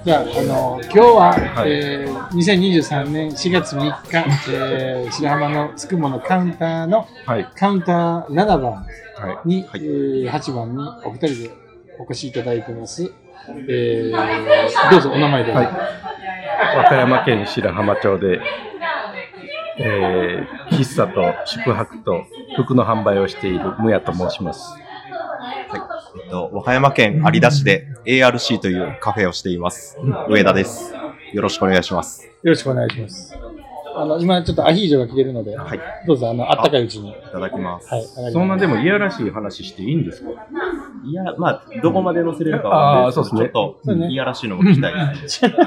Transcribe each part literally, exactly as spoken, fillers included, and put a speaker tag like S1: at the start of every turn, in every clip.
S1: じゃあ、あの今日は、はい、えー、にせんにじゅうさんねんしがつみっか、えー、白浜のつくものカウンターの、はい、カウンターななばんに、はい、えー、はちばんにお二人でお越しいただいてます。えー、どうぞお名前で、はい、
S2: 和歌山県白浜町で、えー、喫茶と宿泊と服の販売をしているむやと申します。はい、
S3: えっと、和歌山県有田市で エーアールシー というカフェをしています、うん、上田です。よろしくお願いします。
S1: よろしくお願いします。あの今ちょっとアヒージョが来てるので、はい、どうぞあのあったかいうちにい
S3: ただきます。
S2: はい、そんなでもいやらしい話していいんですか？
S3: いや、まあどこまで載せれるかは、うん、そうですね。ちょっといやらしいのも聞きたいですね。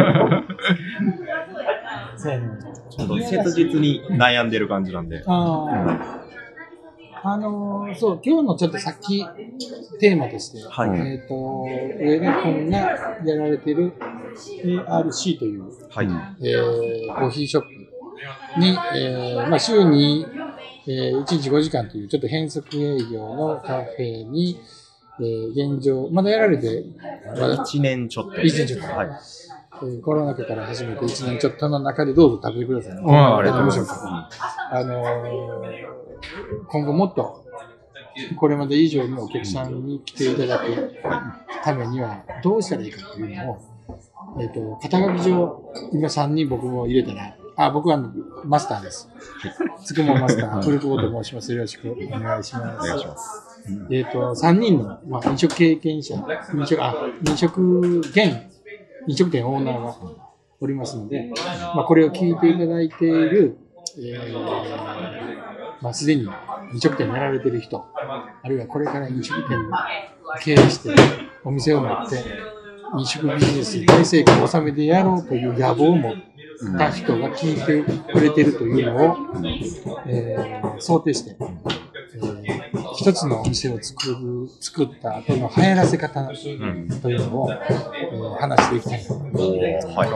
S3: ちょっと切実に悩んでる感じなんで。あ
S1: あのー、そう今日のちょっとさっきテーマとして、はい、えっ、ー、と上田君がやられてる エーアールシー という、はい、えー、コーヒーショップに、えーまあ、週に、えー、いちにちごじかんというちょっと変則営業のカフェに、えー、現状まだやられて
S3: まだいちねんちょっと
S1: いちねんちょっと、はい、えー、コロナ禍から始めていちねんちょっとの中でどうぞ食べてください、ね、
S2: あ, ありがとうございます。
S1: あのー、今後もっとこれまで以上にお客さんに来ていただくためにはどうしたらいいかというのを、えーと、肩書き上今さんにん僕も入れたら、あ、僕はマスターです。つくもマスター、古久保と申します。よろしくお願いします。お願いします。えっと、さんにんの、まあ、飲食経験者、飲食、あ、飲食兼、飲食店オーナーがおりますので、まあ、これを聞いていただいている、えーまあ、すでに飲食店をやられている人、あるいはこれから飲食店を経営してお店を持って飲食ビジネスに大成功を収めてやろうという野望を持った人が聞いてくれているというのを、えー、想定して、えー、一つのお店を作る作った後の流行らせ方というのを、えー、話していきたいと思います。はい、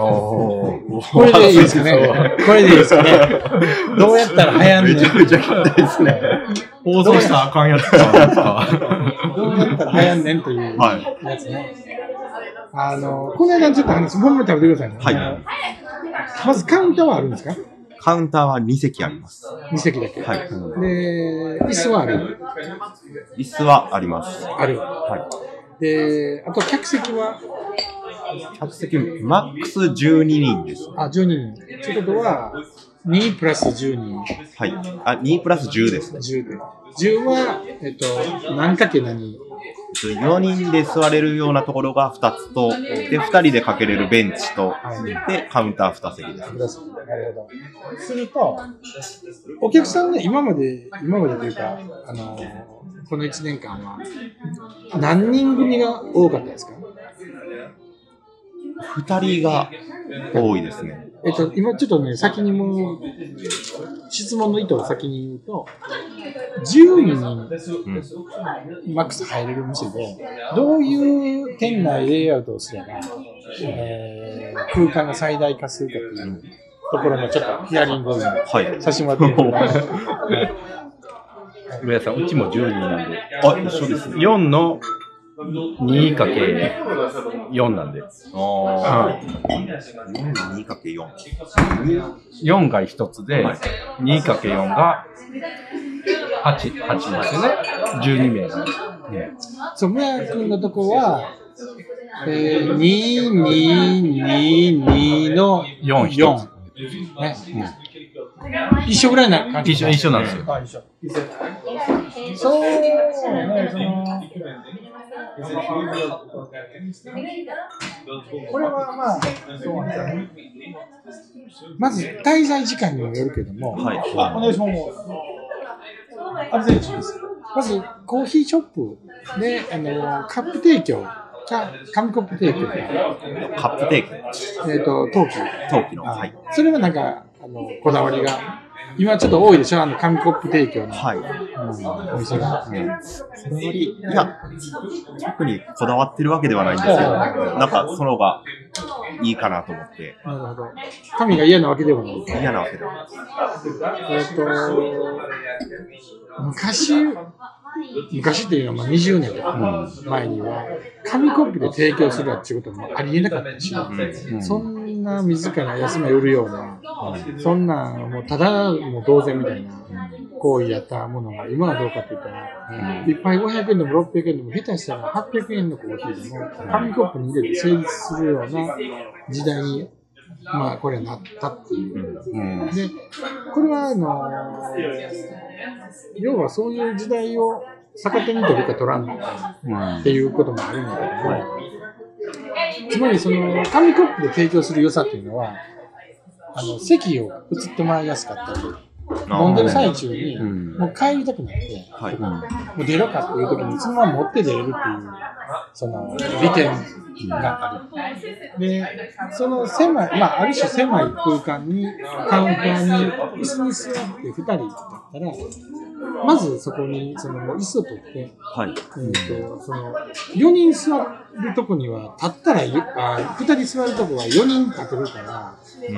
S1: これでいいですかね。これでいいですかね。どうやったら流行んねん。めちゃめちゃ聞きたいですね。
S2: 放送したらあかんやつなんですか。
S1: どうやったら流行んねんというやつね。はい、あのこの間ちょっと話、もう一回食べてくださいね。はい。まずカウンターはあるんですか？
S3: カウンターはにせきあります。
S1: にせきだけ。はい。で、椅子はある？
S3: 椅子はあります。
S1: ある。はい。で、あと客席は？
S3: 客席、マックスじゅうににんです。
S1: あ、じゅうににん。ということは、にプラスじゅうにん。
S3: はい。あ、にプラスじゅうですね。
S1: じゅうで。じゅうは、えっと、何かけ何？
S3: よにんで座れるようなところがふたつと、で、ふたりでかけれるベンチと、で、カウンターに席です。
S1: なるほど。すると、お客さんね、今まで、今までというか、あの、このいちねんかんは、何人組が多かったですか？
S3: ふたりが多いですね。
S1: えっと、今ちょっとね、先にもう、質問の意図を先に言うと、じゅうにん、うん、マックス入れる店で、どういう店内レイアウトをすれば、えー、空間が最大化するかというところのちょっとヒアリングをさせてもらっていいですか？
S2: 上田さん、うちもじゅうにんなんで、あ、一緒ですね。よんのにかけよん なんで。ああ。
S3: にかけよん。
S2: よんがひとつで、にかけよん がはち、はちですよね。じゅうにめいが。
S1: ね、そう、村君のとこは、えー、に、に、に、にの
S2: よん、よん。
S1: ね、うん、一緒ぐらいな感じ。
S2: 一緒、一緒なんですよ。
S1: あ、一緒。そうね、その、これはまあ、そうなんですね。まず滞在時間にもよるけども、はい、あ、お願いします。アルゼンチンです。まずコーヒーショップで、あのカップ提供か紙コップ提供か。
S3: カップ提供。
S1: えっ、ー、と陶器。
S3: 陶器の。はい。
S1: それはなんかあのこだわりが。今ちょっと多いでしょ、あの紙コップ提供の、
S3: はい、うん、お店が。うん、こだわり、いや、特にこだわってるわけではないんですけど、なんかその方がいいかなと思って。
S1: なるほど。神が嫌なわけではない。
S3: 嫌なわけではない。
S1: えっと、昔、昔っていうのはまあにじゅうねんとか前には、紙コップで提供するっていうこともありえなかったし、うん、そんな自ら休みを売るような、うん、そんなもうただもう同然みたいな行為やったものが今はどうかって言ったら、うん、いっぱいごひゃくえんでもろっぴゃくえんでも下手したらはっぴゃくえんのコーヒーでも紙コップに入れて成立するような時代にまあこれはなったっていう、うん、でこれはあの要はそういう時代を逆手に取るか取らんのかっていうこともあるんだけども、うん、つまりその紙コップで提供する良さっていうのはあの席を移ってもらいやすかったり飲んでる最中にもう帰りたくなって、はい、もう出ろかっていう時にそのまま持って出れるっていうその利点がある。で、その狭い、まあある種狭い空間にカウンターに椅子に座ってふたりだったら、まずそこにその椅子を取って、はい、えーと、そのよにん座るとこには立ったらあふたり座るとこはよにん立てるから、うん、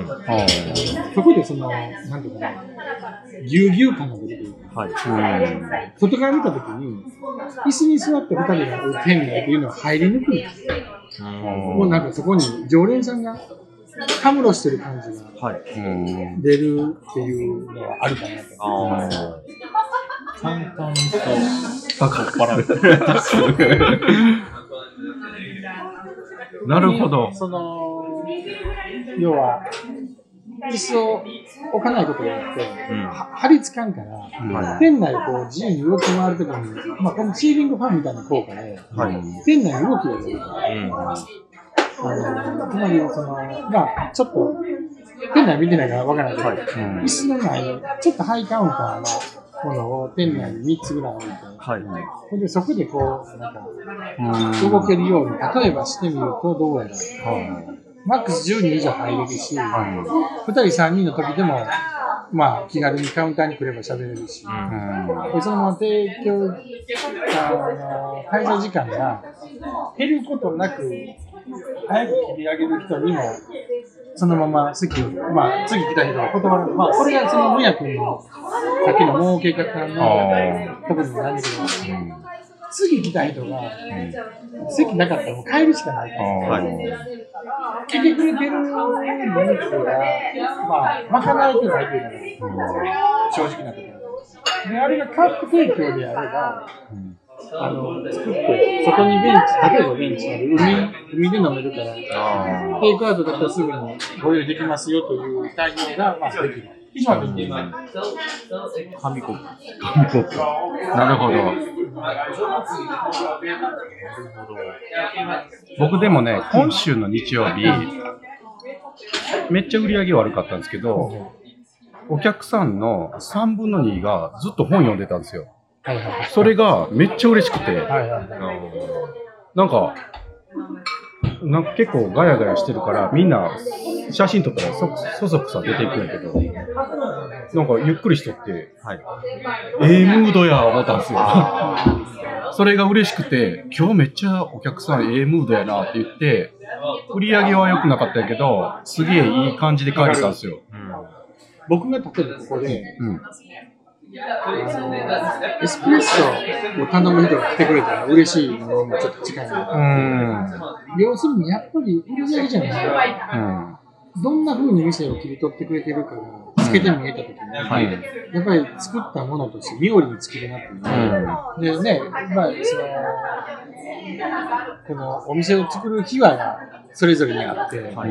S1: そこでそのなんていうかな。ぎゅうぎゅう感が出てくる。はい、外から見たときに、椅子に座ってふたりが店内っていうのは入りにくい。もうなんかそこに常連さんがたむろしてる感じが出るっていうのはあるかなと思います。
S3: 簡単とバカっぱられ
S2: なるほど。
S1: その要は椅子を置かないことによって、うん、張り付かんから、うん、店内こう自由に動き回るときに、まあ、このシーリングファンみたいな効果で、はい、店内に動きが出る。うん、あのつまりその、まあ、ちょっと店内見てないからわからないけど、はい、うん、椅子の前にちょっとハイカウンターのものを店内にみっつぐらい置いて、はい、でそこでこうなんか、うん、動けるように例えばしてみるとどうやら、はい、マックスじゅうにん以上入れるし、はい、ふたりさんにんの時でも、まあ、気軽にカウンターに来れば喋れるし、うん、そのまま提供、あの、滞在時間が減ることなく、早く切り上げる人にも、そのまま席を、まあ、次来た人は断る。まあ、これがそのむや君の、さっきの儲け方のところにもなんだけど、うん、次来た人が、うん、席なかったらもう帰るしかないから、はい、来てくれてる人数が、まあ、賄えてないというのが、うん、正直なところで、あれがカップ提供であれば、うん、あの作ってそこにベンチ、例えばベンチなり海、海で飲めるから、テイクアウトだったらすぐにご用意できますよという対応が、まあ、できる。以上できる。
S3: 紙コップ。
S2: 紙コップ。なるほど。僕でもね、今週の日曜日、めっちゃ売り上げ悪かったんですけど、お客さんのさんぶんのにがずっと本読んでたんですよ。それがめっちゃ嬉しくて、なんか、なんか結構ガヤガヤしてるから、みんな写真撮ったら そ, そそくさ出ていくんやけど、なんかゆっくりしとって、はい、ええムードや思ったんですよ。それが嬉しくて、今日めっちゃお客さんええムードやなって言って、売り上げは良くなかったんやけど、すげえいい感じで帰れたんですよ。うん、
S1: 僕が例えばここで、うん、エスプレッソを頼む人が来てくれたら嬉しいのもちょっと近いの。うん、要するにやっぱり売り上げじゃない、うん、どんな風に店を切り取ってくれてるかがつけて見えたときに、うんはい、やっぱり作ったものとして妙利に尽きるなっていう、うん、でね、まあ、そのこのお店を作る秘話がそれぞれにあって、はい、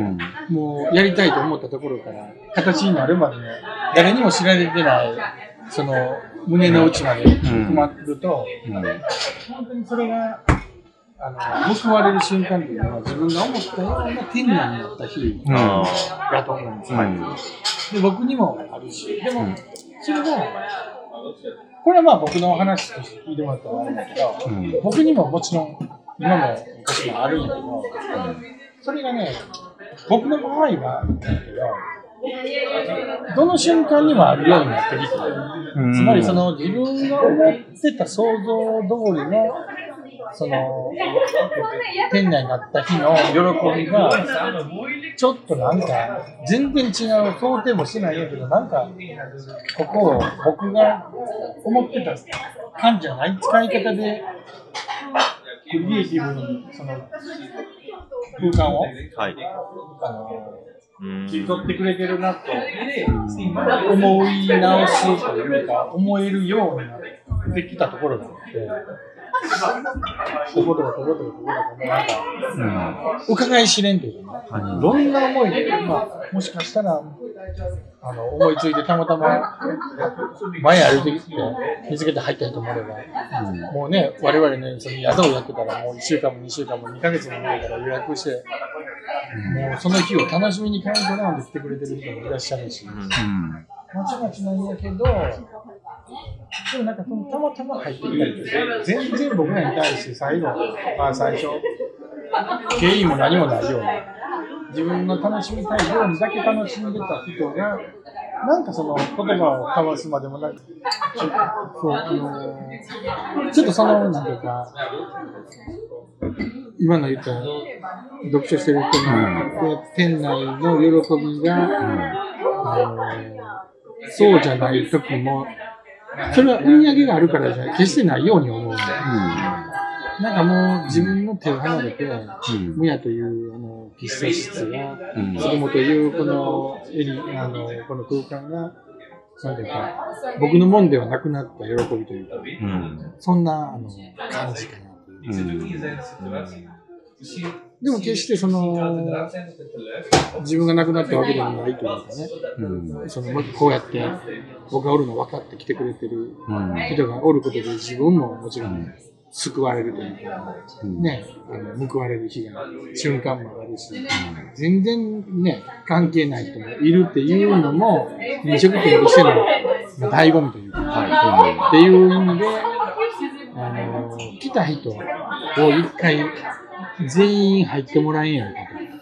S1: もうやりたいと思ったところから形になるまで誰にも知られてないその胸の内まで含まると、うんうん、本当にそれがあの報われる瞬間というのは自分が思ったような天然になった日だと思うんですよ、うん、で僕にもあるし、でもそれがこれはまあ僕の話として聞いてもらったらあるんだけど、うん、僕にももちろん今も昔もあるんだけど、うん、それがね僕の場合はだけどどの瞬間にもあるようになってきて、つまりその自分が思ってた想像通りのその店内になった日の喜びがちょっとなんか全然違う、想定もしてないんやけど、なんかここを僕が思ってた感じじゃない使い方でクリエイティブにその空間を、はい、あの切り取ってくれてるなと思い直すというか、思えるようになってきたところがあって、こことかこことかこことかなんか、うん、伺い知れんというかね、はい、どんな思いで、まあ、もしかしたらあの思いついてたまたま前歩いてきて見つけて入った人もあれば、うん、もうね、我々ね、その宿をやってたらもういっしゅうかんもにしゅうかんもにかげつも前から予約して、うん、もうその日を楽しみにカウントダウンで来てくれてる人もいらっしゃるし、うん、まちまちなんやけど、でもなんかそのたまたま入ってきたりとか、全然僕らに対して最後、まあ最初、経緯も何もないような、自分の楽しみたいようにだけ楽しんでた人が、なんかその言葉を交わすまでもなく、そう、あのー、ちょっとその、なんていうか、今の言った読書してる人の、うん、店内の喜びが、うん、あのー、そうじゃない時も、それは売り上げがあるからじゃ決してないように思うんで、うん、なんかもう自分の手を離れて、うん、むやというあの喫茶室が、うん、子供というこのエリあのこの空間が、なんていうか、僕のもんではなくなった喜びというか、うん、そんなあの感じかなという、うんうん。でも決してその自分が亡くなったわけでもないというかね、うん、そのこうやって僕がおるの分かって来てくれてる人がおることで自分ももちろん救われるというか、うん、ね、あの報われる日が瞬間もあるし、うん、全然ね関係ない人もいるっていうのも飲食店としての醍醐味というか、はい、っていう意味であの来た人を一回全員入ってもらえんやんか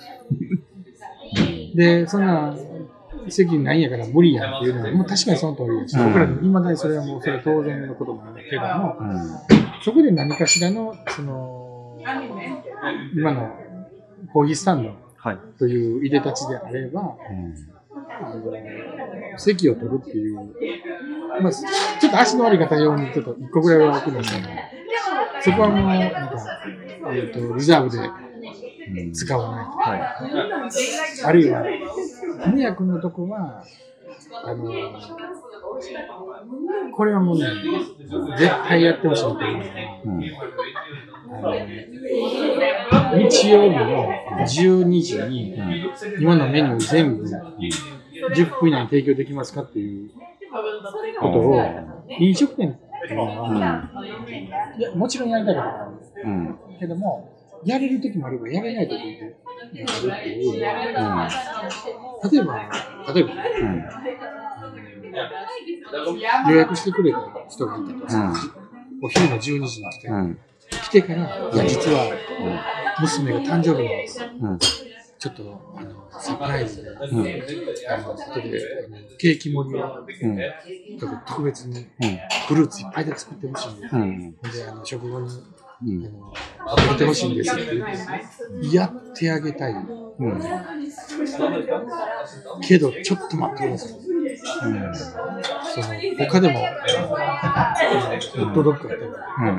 S1: と。で、そんな席ないんやから無理やんっていうのは、もう確かにその通りだし、うん、僕らいまだにそれはもうそれは当然のことなんだけども、うん、そこで何かしらの、その、今のコーヒースタンドといういでたちであれば、はい、あの席を取るっていう、まあ、ちょっと足の悪い方用にちょっといっこぐらいは置くんですけど、そこはもう、なんか、えーと、リザーブで使わないと、はい、あるいは、峰谷君のとこは、あのー、これはもうね、絶対やってほしいと思うのは、うん、日曜日のじゅうにじに、うん、今のメニュー全部、じゅっぷん以内に提供できますかっていうことを、飲食店っていうのは、うん、いやもちろんやりたいことがあるんです、うん、けども、やれるときもあればやれないときもあるっていう、うん、例えば、例えば、うん、予約してくれた人がいたとか、うん、お昼のじゅうにじに来て、うん、来てから、いや、実は、娘が誕生日なんです。うん、ちょっとあのサプライズで、うん、あの後でケーキ盛りを、うん、特別にフルーツいっぱいで作ってほしいんです、うん、であの食後に、うん、あの食べてほしいんですって言って、やってあげたい、うん、けどちょっと待ってください、うん、その他でもホットドッグあったり、うん、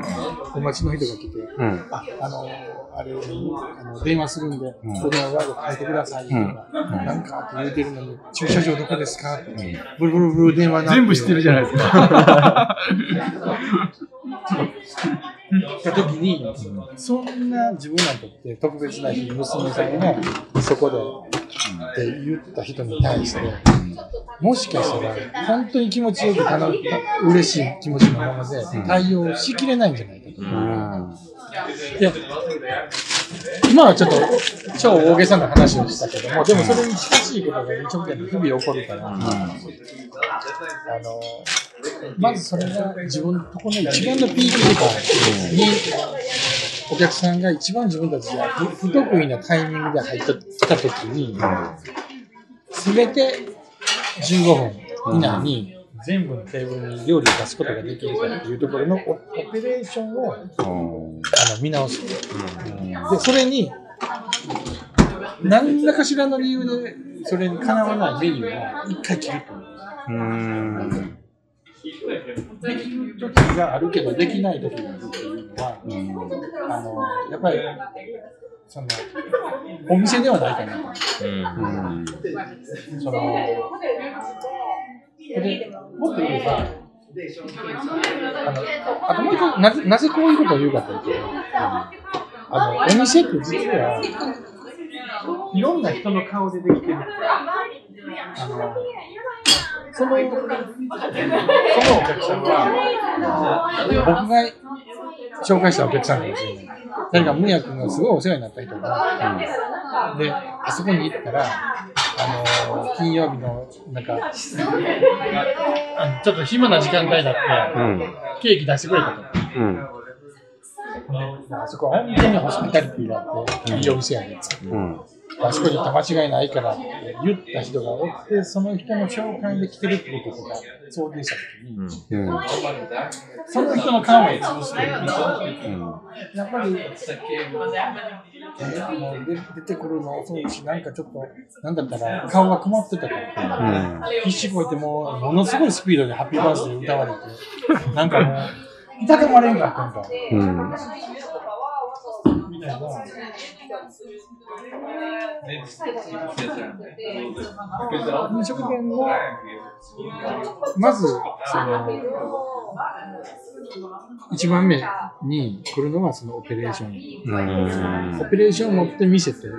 S1: お待ちの人が来て、うん、ああのあれにあの電話するんで、うん、お電話番号変えてくださいとか、うん、なんかって言うてるのに、駐車場どこですかって、うん、ブルブルブル電話なって全部知ってるじゃないですか。った時に、そんな自分なんてって特別な日、娘さんがそこで、うん、って言った人に対して、もしかしたら本当に気持ちよく楽嬉しい気持ちのままで対応しきれないんじゃないかと。うん、いや今はちょっと超大げさな話をしたけども、でもそれに近しいことが飲食店で日々起こるから、うん、あのまずそれが自分のところの一番のピーク時間にお客さんが一番自分たちが不得意なタイミングで入ってきたときに、せめてじゅうごふん以内に全部のテーブルに料理を出すことができるかっていうところのオペレーションをあの見直す、うん、でそれに何らかしらの理由でそれにかなわないメニューは一回切ると。うーんできる時があるけどできない時があるっていうのは、うん、あのやっぱりそのお店ではないかなと、うんうん、そのでもっと言えばあのあともう一個なぜ、なぜこういうことを言うかというと、あのお店って実はいろんな人の顔でできてる。あのその、そのお客さんは僕が紹介したお客さんなんですよ。誰かむや君がすごいお世話になった人が、うん、であそこに行ったらあの金曜日のなんかちょっと暇な時間帯だって、うん、ケーキ出してくれたと。うんあそこは本当にホスピタリティがあっていいお店やね、うん、あそこに行った間違いないからって言った人がおってその人の紹介で来てるってこととか想定したときに、うんうん、その人の顔を潰してる、うん、やっぱり、えー、もう出てくるの遅いしなんかちょっとなんだったら顔が曇ってたから、うん、必死こいてもうものすごいスピードでハッピーバースデー歌われてなんかもういたたまれんかったんか、うんみたいな飲食店のまずその一番目に来るのはそのオペレーション、オペレーションを持って店として、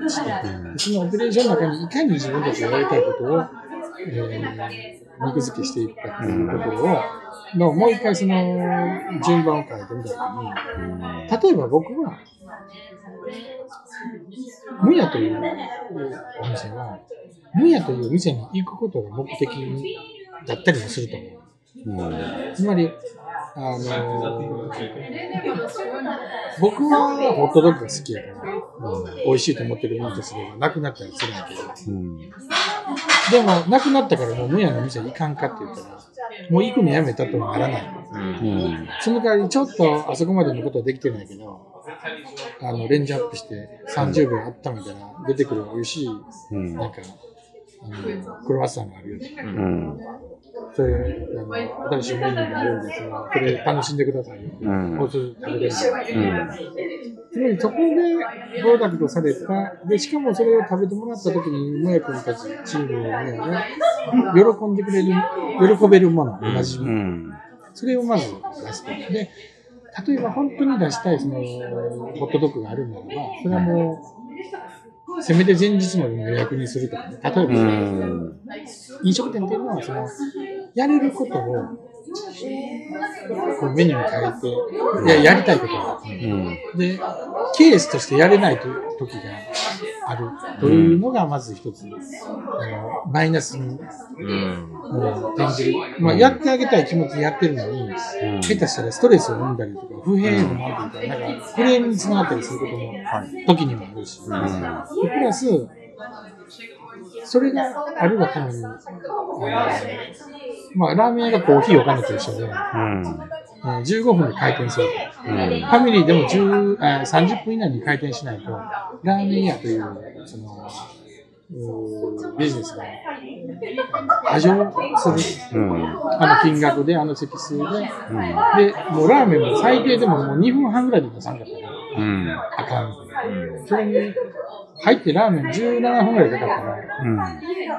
S1: そのオペレーションの中にいかに自分たちがやりたいことを、えー、肉付けしていくかというところをのもう一回その順番を変えてみたときに、例えば僕はむやというお店はむやという店に行くことが目的だったりもすると思う、うん、つまりあのー、僕はホットドッグが好きやから、うん、美味しいと思ってるものとすればなくなったりするんだけど、うん、でもなくなったからもうむやの店に行かんかって言ったらもう行くのやめたとはならない、うん、その代わりちょっとあそこまでのことはできてないけどあのレンジアップしてさんじゅうびょう温めたら出てくる美味しい、うん、なんかあのクロワッサンがあるよと、うん、それあの新しいメニューがあるんでそのこれ楽しんでくださいよ、うん、こうする食べれる、うん、つまりそこでプロダクトされたでしかもそれを食べてもらった時にもや君たちチームのみんなが喜んでくれる喜べるもの同じもの、うん、それをまず出してで例えば本当に出したいそのホットドッグがあるならばそれはもうせめて前日までの予約にするとかね例えば、うん、飲食店っていうのはそのやれることをこうメニューに変えていややりたいことが、うん、でケースとしてやれないという時があるというのがまず一つ、うん、あのマイナスに、うん、転じる、まあ、やってあげたい気持ちでやってるのに、うん、下手したらストレスを生んだりとか不平不満というか、なんかクレームにつながったりすることも時にもあるし、うん、でプラスそれがあるがために、まあ、ラーメン屋がコーヒーを兼ねてる人で、うん、じゅうごふんで開店する、うん、ファミリーでもじゅうあさんじゅっぷん以内に開店しないとラーメン屋というそのビジネスが過剰する、うん、あの金額であの席数で、うん、でもうラーメンも最低でももうにふんはんぐらいで出さんかったら、うん、あかん、うん、それに入ってラーメンじゅうななふんぐらいかかったら、うん、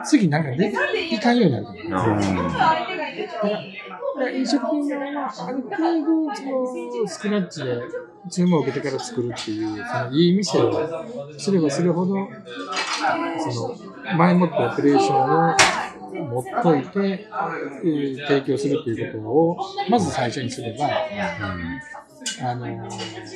S1: 次なんかでいかんようになるから、うん、だから飲食店はある程度そのスクラッチで注文を受けてから作るっていうそのいい店をすればするほどその前もってオペレーションを持っといて、えー、提供するっていうことをまず最初にすれば、うん、あのね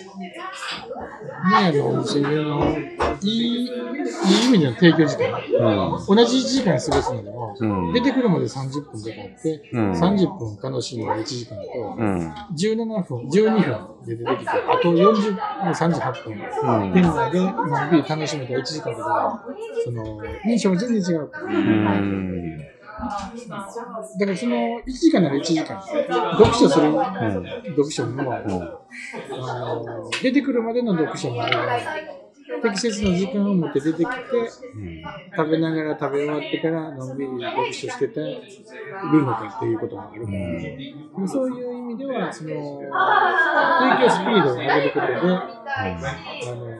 S1: あのお店のいい、いい意味での提供時間、うん、同じいちじかん過ごすのでも、うん、出てくるまでさんじゅっぷんかかって、うん、さんじゅっぷん楽しむのがいちじかんと、うん、じゅうななふん、じゅうにふんで出てきて、あとよんじゅう、さんじゅうはっぷん、うん、店内でのんびり楽しめたいちじかんとか、その印象が全然違う。うんだからそのいちじかんならいちじかん、読書する、うん、読書も、うん、あの出てくるまでの読書もあるが、適切な時間を持って出てきて、うん、食べながら食べ終わってからのんびり読書してているのかっていうことがあるから、うん、そういう意味ではその提供スピードを上げることで、うん、あの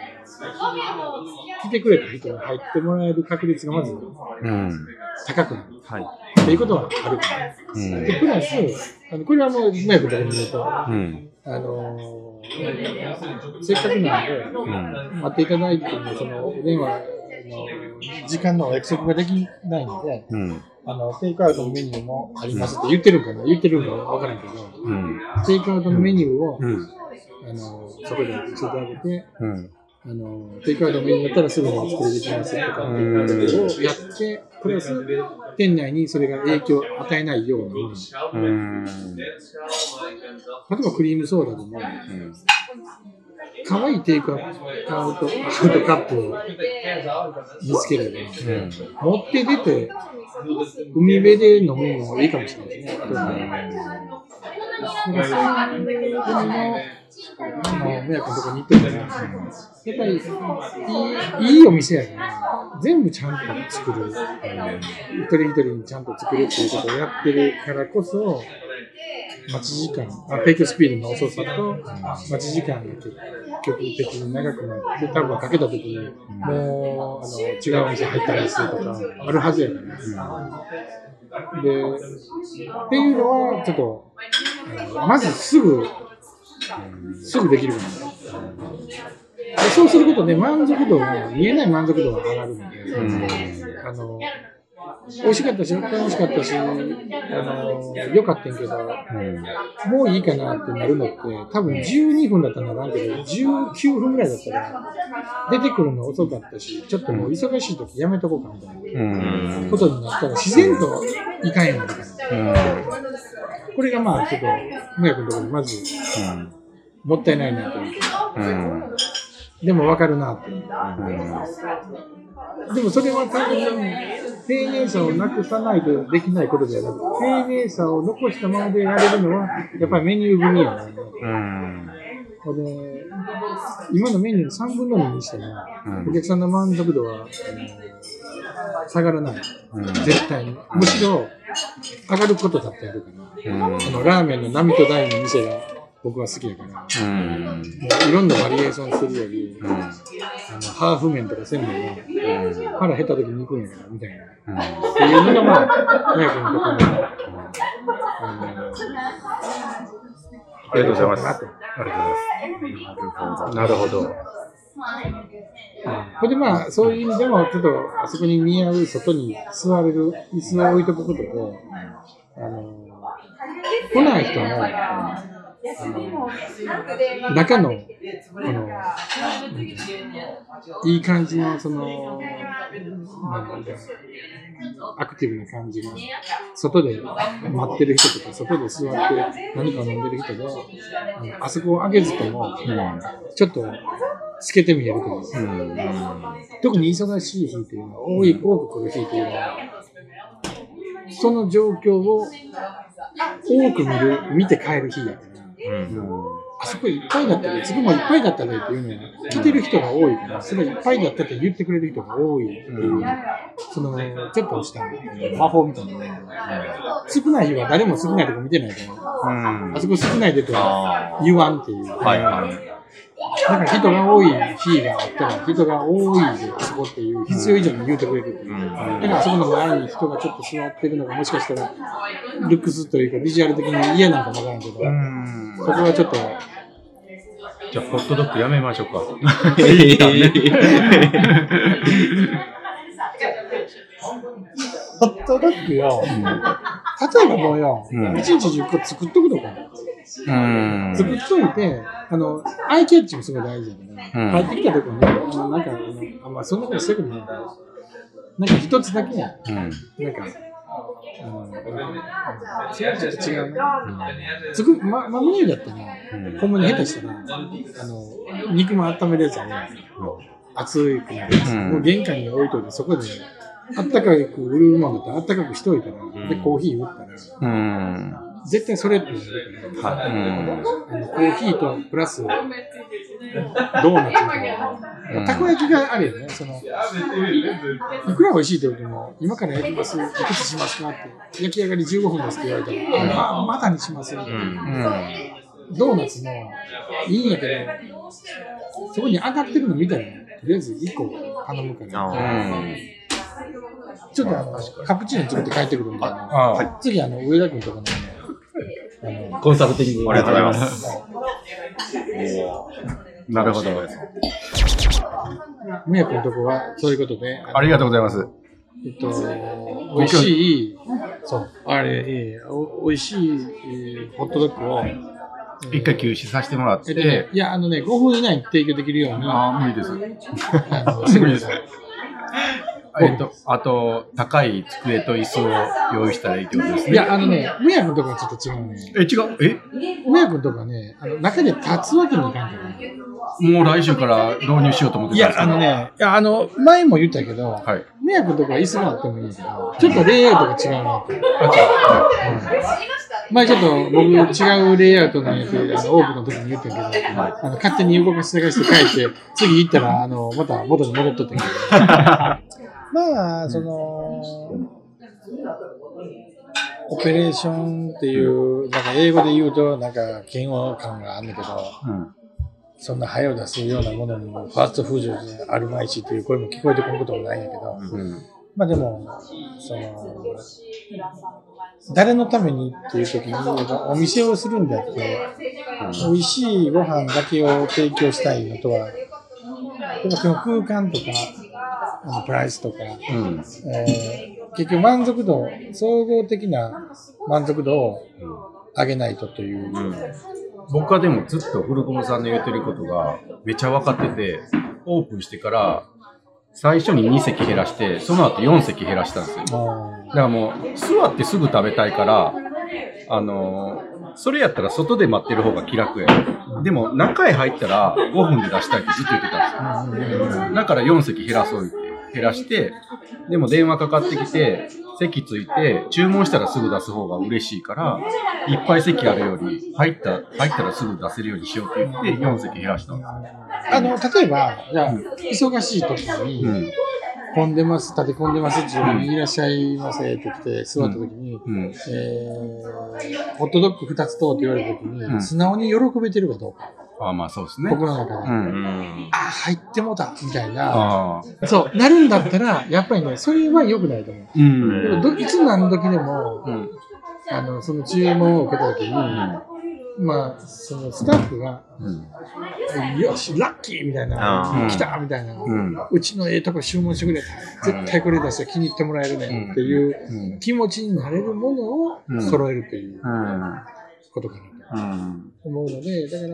S1: 来てくれた人が入ってもらえる確率がまず高くなる、うんはい、っていうことはあるから、うん、でプラスあのこれはもううまいこと言うと、うん、あのせっかくなんで、うん、待っていただいてもそのお電話の時間のお約束ができないので、うん、あのテイクアウトのメニューもありますって言ってるかな、言ってるのかわからんけど、うん、テイクアウトのメニューを、うん、あのそこで教えてあげて、うんあのテイクアウトのメニューだったらすぐに作れできますとかっていうことをやって、プラス店内にそれが影響を与えないように、うん、例えばクリームソーダでも、うん、可愛いテイクアウト、アウトカップを見つければ、うん、持って出て海辺で飲むのもいいかもしれないですね。うん、そういう意味のあの、宮君のとこに行っても、やっぱりいい、いいお店やから、全部ちゃんと作る、うん、一人一人にちゃんと作るっていうことをやってるからこそ、待ち時間、あ提供スピードの遅さと、待ち時間が結局的に長くなって、多分かけた時に、もうあの違うお店入ったりするとか、あるはずやから、ね、で、っていうのは、ちょっと、まずすぐ、すぐできるからね。そうすることで満足度が、見えない満足度が上がるので、うん、あの美味しかったし、楽しかったし、あの良かったんけど、うん、もういいかなってなるのって、多分じゅうにふんだったらならんけど、じゅうきゅうふんぐらいだったら、出てくるの遅かったし、ちょっともう忙しい時やめとこうかみたいなことになったら、自然といかんようになるから。うんこれがまあちょっと村君のところにまず、うん、もったいないなというか、うん、でも分かるなという、うん、でもそれは多分丁寧さをなくさないとできないことではなく丁寧さを残したままでやれるのはやっぱりメニュー組やな、ねうん、で今のメニューさんぶんのににしても、うん、お客さんの満足度は、うん、下がらない、うん、絶対にむしろ上がることだってやるから、うん、あのラーメンの波と大の店が僕は好きやから、うん、もういろんなバリエーションするより、うん、あのハーフ麺とかせんべいが、うん、腹減った時に行くんやからみたいな、うん、っていうのがまあ宮君のところの、うん、あ
S2: りがとうございます。ありがとうございます。なるほど。
S1: これでまあそういう意味でもちょっとあそこに似合う外に座れる椅子を置いとくことで、あの来ない人もあの中のこのいい感じのそのなんかアクティブな感じが外で待ってる人とか外で座って何か飲んでる人で あ, あそこを上げずとも、うん、ちょっとつけてみると思う、うんうん、特に忙しい日というのは多い多く来る日というのはその状況を多く見る見て帰る日だから、うんうん、あそこいっぱいだったで、そこもいっぱいだったでっていうのは来てる人が多いから、それいっぱいだったって言ってくれる人が多いっていう、うん、そのちょっとした魔法みたいなのが、うん、少ない日は誰も少ないとこ見てないから、うん、あそこ少ないでとは言わんっていう、はいはい、なんか人が多い日があったら人が多いでそこっていう必要以上に言うてくれるっていう、うん、だからあそこの前に人がちょっと座ってるのがもしかしたらルックスというかビジュアル的に嫌なんかもわからんけど、うん、そこはちょっと
S2: じゃあホットドッグやめましょうか
S1: ホットドッグよ、うん、例えばもうよ、うん、いちにちじゅっこ作っとくのかな、うん、作っといてあのアイキャッチもすごい大事だから、うん、入ってきたとこに、ね、なんかあ、まあ、そんなことしたくないからなんか一つだけ、うん、なんかあのそれはちょっと違うな、うん、つくま、ま、メニューだったら、うん、ほんまに下手したらあの肉も温めるやつはね、うん、熱いくなるやつ、うん、もう玄関に置いといてそこであったかく売るもんだったらあったかくしといたら、うん、でコーヒー売ったら、うん、絶対それって言うから、はい、うん、あのコーヒーとプラスドーナツみたいな、たこ焼きがあるよね。そのいくら美味しいって言っても今から焼きます、いくつしますかって焼き上がりじゅうごふんですって言われたら、うん、あまだにしますみたいな、うんうん、ドーナツもいいんやけどそこに上がってるの見たらとりあえずいっこ頼むから、うん、ちょっとあのカプチーノ作って帰ってくるんで、はい、次あの上田君とかのあの
S4: コンサル的に
S3: ありがとうございます。
S2: なるほど。
S1: むや君のとこはそういうことで、
S2: ありがとうございます。
S1: えっと美味しいそうあれ、えー、お美味しい、えー、ホットドッグを
S2: 一回休止させてもらって、えっと
S1: ね、いやあのねごふん以内に提供できるように。
S2: ああ無理です。無理です。えっと、あと、高い机と椅子を用意したらいいってことですね。
S1: いや、あのね、むやくんとこはちょっと違うね。
S2: え、違うえ
S1: むやくんとこはね、あの中で立つわけにいかんから。
S2: もう来週から導入しようと思ってたんですけど。
S1: いや、あのね、いや、あの、前も言ったけど、はい、むやくんとこは椅子があってもいいけど、ちょっとレイアウトが違うなって。あ、違う。うん、前ちょっと僕違うレイアウトなんやって、あの、オープンの時に言ったけど、はい、あの勝手に動かし探して帰って、次行ったら、あの、また元に戻っとったけど。まあ、その、オペレーションっていう、なんか英語で言うと、なんか嫌悪感があるんだけど、うん、そんな早を出すようなものにも、ファーストフードであるまいしっていう声も聞こえてくることもないんだけど、うん、まあでも、その、誰のためにっていう時に、お店をするんであって、うん、美味しいご飯だけを提供したいのとは、その空間とか、あのプライスとか、うんえー、結局満足度、総合的な満足度を上げないとという、うん、
S2: 僕はでもずっと古友さんの言ってることがめちゃ分かってて、オープンしてから最初にに席減らして、その後よん席減らしたんですよ。だからもう座ってすぐ食べたいから、あのーそれやったら外で待ってる方が気楽や。でも中へ入ったらごふんで出したいってずっと言ってたんですよ。だからよん席減らそうって減らして、でも電話かかってきて席ついて注文したらすぐ出す方が嬉しいから、いっぱい席あるより入った入ったらすぐ出せるようにしようって言ってよん席減らしたんです。
S1: あの例えばじゃあ、うん、忙しい時に。うん混んでます、立て込んでますっていうのに、いらっしゃいませって言って座った時に、うんうんえー、ホットドッグふたつとって言われた時に、うん、素直に喜べてるかどうか。
S2: ああまあそうですね。
S1: 僕の中で。うん、ああ、入ってもたみたいな。そう、なるんだったら、やっぱりね、それは良くないと思う。うん、でもどいつ何時でも、うん、あの、その注文を受けた時に、うんまあ、そのスタッフが、うん、よし、ラッキーみたいな、うん、来たみたいな、うん、うちのええとこ注文してくれた、絶対これ出して気に入ってもらえるねっていう気持ちになれるものを揃えるということかなと思うので、だから、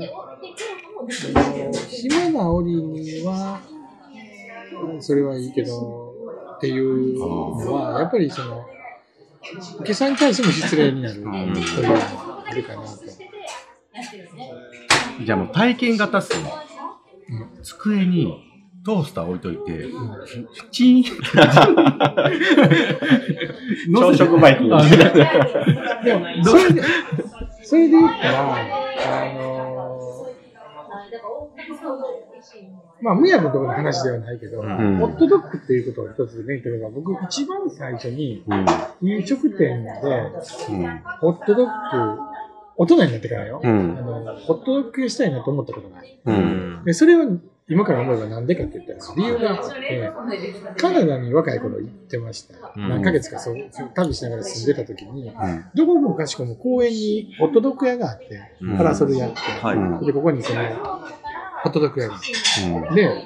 S1: 暇な折には、それはいいけどっていうのは、やっぱりその、お客さんに対しても失礼になるというのがあるかなと。
S2: じゃあもう体験型っすね、うん、机にトースター置いといて、うん、チーン
S3: 朝食バイクでも
S1: それでそれで言ったらあのー、まあむやみのところの話ではないけど、うん、ホットドッグっていうことを一つね、例えば僕一番最初に飲食店で、うん、ホットドッグ大人になってからよ、うん、あのホットドッグしたいなと思ったことない、うん、でそれは今から思えばなんでかって言ったら理由があってカナダに若い頃行ってました、うん、何ヶ月かそう旅しながら住んでた時に、うん、どこもかしこも公園にホットドッグ屋があって、うん、パラソル屋って、うん、でここにそのホットドッグ屋があって、うん、で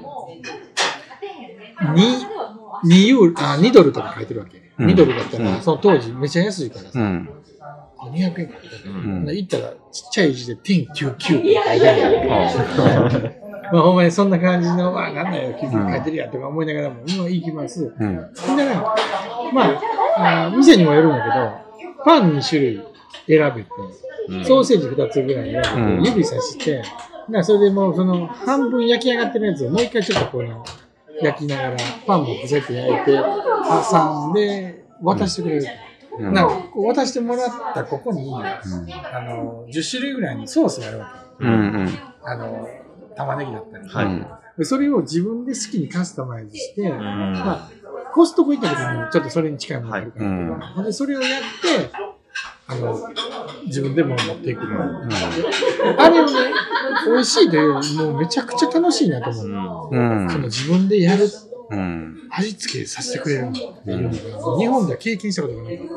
S1: 2, 2, ユーロあにドルとか書いてるわけ、うん、にドルだったら、うん、その当時めっちゃ安いからさ、うんにひゃくえんかけたから、うん、行ったらちっちゃい字でせんきゅうじゅうきゅうって書いてあるまあほんまにそんな感じの、あ、なんだよ、きゅうじゅう書いてるやんとか思いながらも、もう行きます。うん。だから、まあ、あ店にもよるんだけど、パンに種類選べて、うん、ソーセージふたつぐらい選べて、うん、指さして、だからそれでもうその半分焼き上がってるやつをもう一回ちょっとこの、 焼きながらパンも伏せて焼いて挟んで渡してくれる。うん、なんかこう渡してもらったここに、うん、あのじゅっしゅるいぐらいのソースがあるわけ。うんうん、あの玉ねぎだったり、はい、それを自分で好きにカスタマイズして、うんまあ、コストコ行った時にちょっとそれに近いものがあるから、はいうん、でそれをやってあの自分でも持っていく、うん、あれをね美味しいというよりもうめちゃくちゃ楽しいなと思う、うん、その自分でやる、うん、味付けさせてくれるっていうのが、うん、日本では経験したことがないから、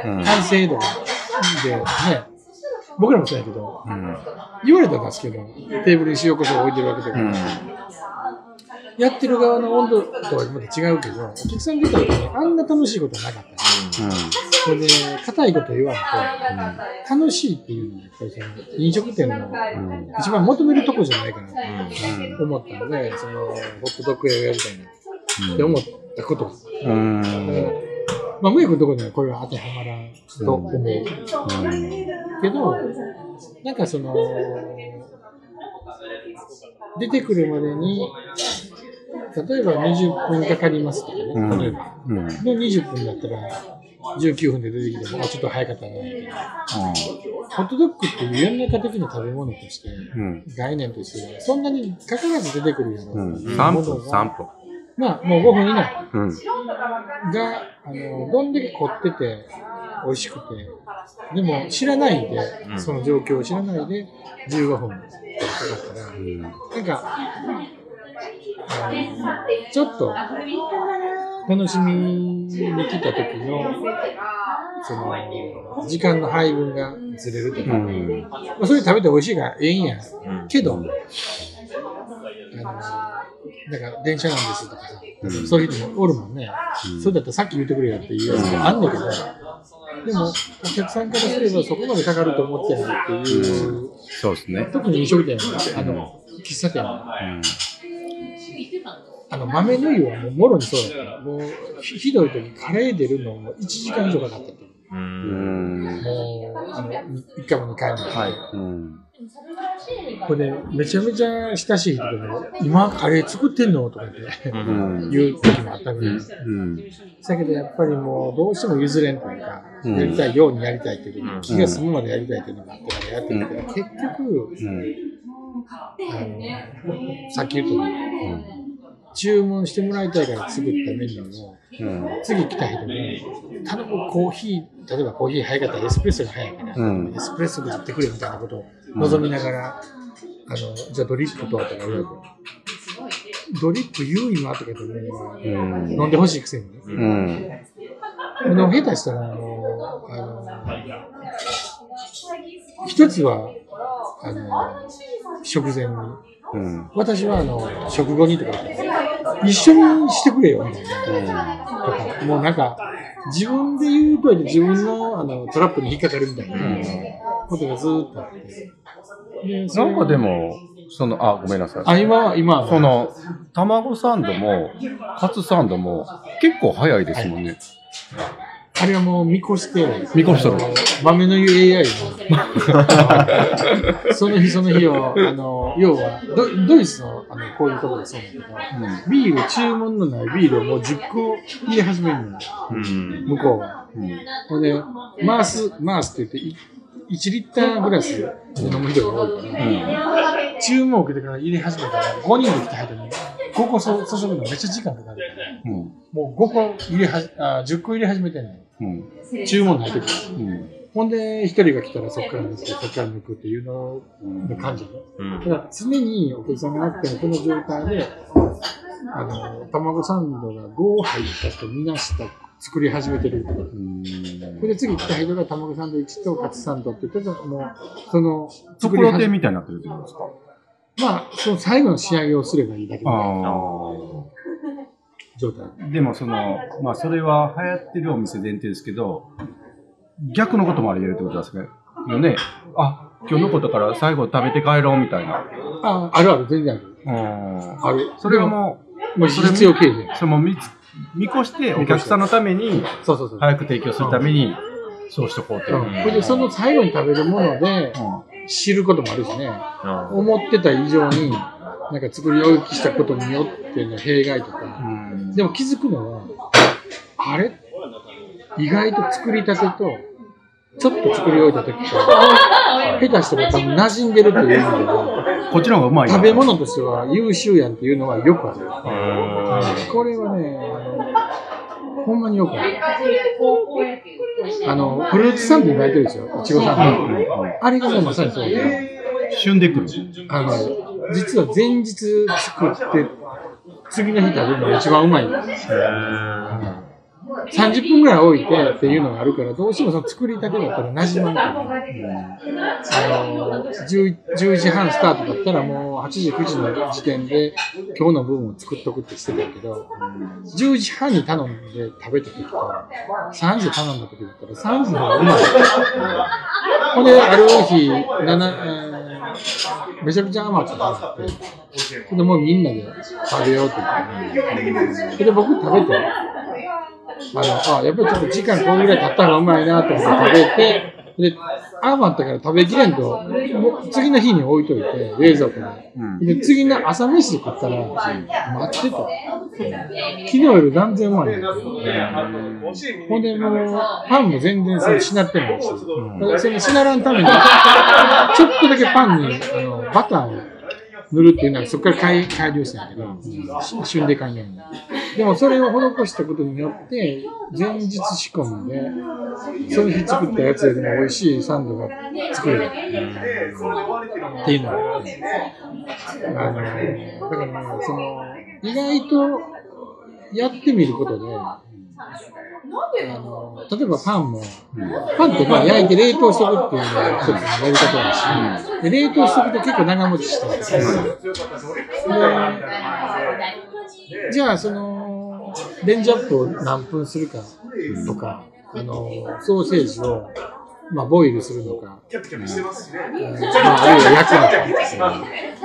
S1: うん、完成度でね僕らもそうやけど、うん、言われたんですけどテーブルに塩コショウ置いてるわけだから、うん、やってる側の温度とはまた違うけどお客さん出た時にあんな楽しいことはなかったし、うん、それで硬いこと言わんと、うん、楽しいっていうのはやっぱりその飲食店の、うん、一番求めるとこじゃないかなと思ったので、そのホットドッグ屋をやりたいなって思ったこと、うん、だからまあ無役のところにはこれは当てはまらんと思う、うんうん、けどなんかその出てくるまでに例えばにじゅっぷんかかりますとかね、うん、例えば、うん、のにじゅっぷんだったらじゅうきゅうふんで出てきてもちょっと早かったらないけど、うん、ホットドッグっていう世の中的な食べ物として、うん、概念としてそんなにかからず出てくるような、うん、
S2: さんぷんさんぷん
S1: まあもうごふん以内、うん、があのどんだけ凝ってて美味しくてでも知らないで、うん、その状況を知らないでじゅうごふんかかったら、うん、なんかちょっと楽しみに来た時のその時間の配分がずれるとか、うんまあ、それ食べて美味しいからええんや、うん、けど、うん、あのなんか電車なんですとかさ、うん、そういう人もおるもんね、うん、それだったらさっき言ってくれよっていうやつがあんだけど、でもお客さんからすればそこまでかかると思ってないっていう、うん、
S2: そうですね。
S1: 特に飲食店あの喫茶店は、うんあの豆の湯はもうもろにそうだった。もうひどい時カレー出るのもいちじかん以上かかったって。うーんもうあのいっかいもにかいも。はい。うんこれでめちゃめちゃ親しい人でも今カレー作ってんのとかって言う時もあったぐらい。うん。だけどやっぱりもうどうしても譲れんというか、うん、やりたいようにやりたいっていう、気が済むまでやりたいっていうのがあってからやってるけど、うん、結局、うん、あのさっき言ったように。うん注文してもらいたいから作ったメニューを、うん、次来た人に頼むコーヒー、例えばコーヒー早かったらエスプレッソが早いから、うん、エスプレッソでやってくれみたいなことを望みながら、うん、あのじゃあドリップとはとか言われて、ドリップ言う今とか言って、ねうん、飲んでほしいくせにね。うん、でも下手したらあのあの一つはあの食前に。うん、私はあの食後にとか一緒にしてくれよみたいな、うん、とかもうなんか自分で言うといて自分 の, あのトラップに引っかかるみたいなことがずーっとあって、
S2: でなんかでもそのあごめんなさい
S1: あ今は今は
S2: その卵サンドもカツサンドも結構早いですもんね、はい
S1: あれはもう見越して、
S2: 見越したの
S1: 豆の湯 エーアイ のその日その日を、あの要はド、ドイツの、あのこういうところでそうなんだけど、うん、ビール、注文のないビールをもうじゅっこ入れ始めるのよ、うん、向こうは。うん、で、回す、回すって言って、いちリッターグラスで飲む人が多いから、うん、注文を受けてから入れ始めたら、ごにんで来た人にごこ注ぐのめっちゃ時間かかるから、うん、もうごこ入れはじ、あ、じゅっこ入れ始めてんのよ。うん、注文ないとき、うん、ほんで一人が来たらそこから抜く、そこから抜くっていうのの感じで、うん、だから常にお客さんがなくてもこの状態であの卵サンドがご入ったとみなした作り始めてるとか、うん、それで次来た人が卵サンドいちとカツサンドって言ったらもうその
S2: ところてんみたいになってるってことですか。
S1: まあその最後の仕上げをすればいいだけど。状態
S2: でもその、まあ、それは流行ってるお店前提ですけど、逆のこともあり得るってことですね。よね。あ、今日のことから最後食べて帰ろうみたいな。
S1: あ、あるある、全然ある。うん。ある。
S2: それはも
S1: う、もう必要経費。
S2: それも見つ、見越してお客さんのために、そうそうそう。早く提供するために、そうしとこうっていう。うん。
S1: それでその最後に食べるもので、知ることもあるしね。うん、思ってた以上に、なんか作り置きしたことによって、 っていうのは弊害とか、うん、でも気づくのは、あれ意外と作りたてと、ちょっと作り置いた時と、下手したら多分馴染んでるっていう意味では、
S2: こっちの方がうまい。
S1: 食べ物としては優秀やんっていうのはよくある。これはね、ほんまによくある。あの、フルーツサンド言われてるでしょ、いちごサンド。うんうん、あれがもうまさにそうで。
S2: 旬でくる。
S1: あの、実は前日作って、次の日食べるのが一番うまいんです。さんじゅっぷんぐらい置いてっていうのがあるから、どうしてもその作りたてだったら馴染まんから、うん、あの 10, じゅうじはんスタートだったらもうはちじくじの時点で今日の分を作っとくってしてたけど、じゅうじはんに頼んで食べた時とさんじで頼んだ時だったらさんじの方がうまい。ほんである日なな、えー、めちゃくちゃ余ってたって、でもうみんなで食べようって言って、で僕食べてあのあやっぱりちょっと時間このぐらい経った方がうまいなと思って食べて、で余ったから食べきれんと次の日に置いといて冷蔵庫に、うん、で次の朝飯食ったら、うん、待ってた、うん、昨日より断然うまいんだけど、うん、ほんでもうパンも全然それしなってないし、うん、そのしならんためにちょっとだけパンにあのバターを塗るっていうのはそこから改良したんやけど、うん、旬で考えるの。でもそれを施したことによって前日仕込んでその日作ったやつよりも美味しいサンドが作れるっていうのがあって、あのだからね、その意外とやってみることで、あの例えばパンも、うん、パンってまあ焼いて冷凍しとくっていうのが一つのやり方だし、うん、で冷凍しとくと結構長持ちしてるんですよ、うん、じゃあそのレンジアップを何分するかとか、うん、あのソーセージをまあボイルするのか、うん、まああるいは焼くのか、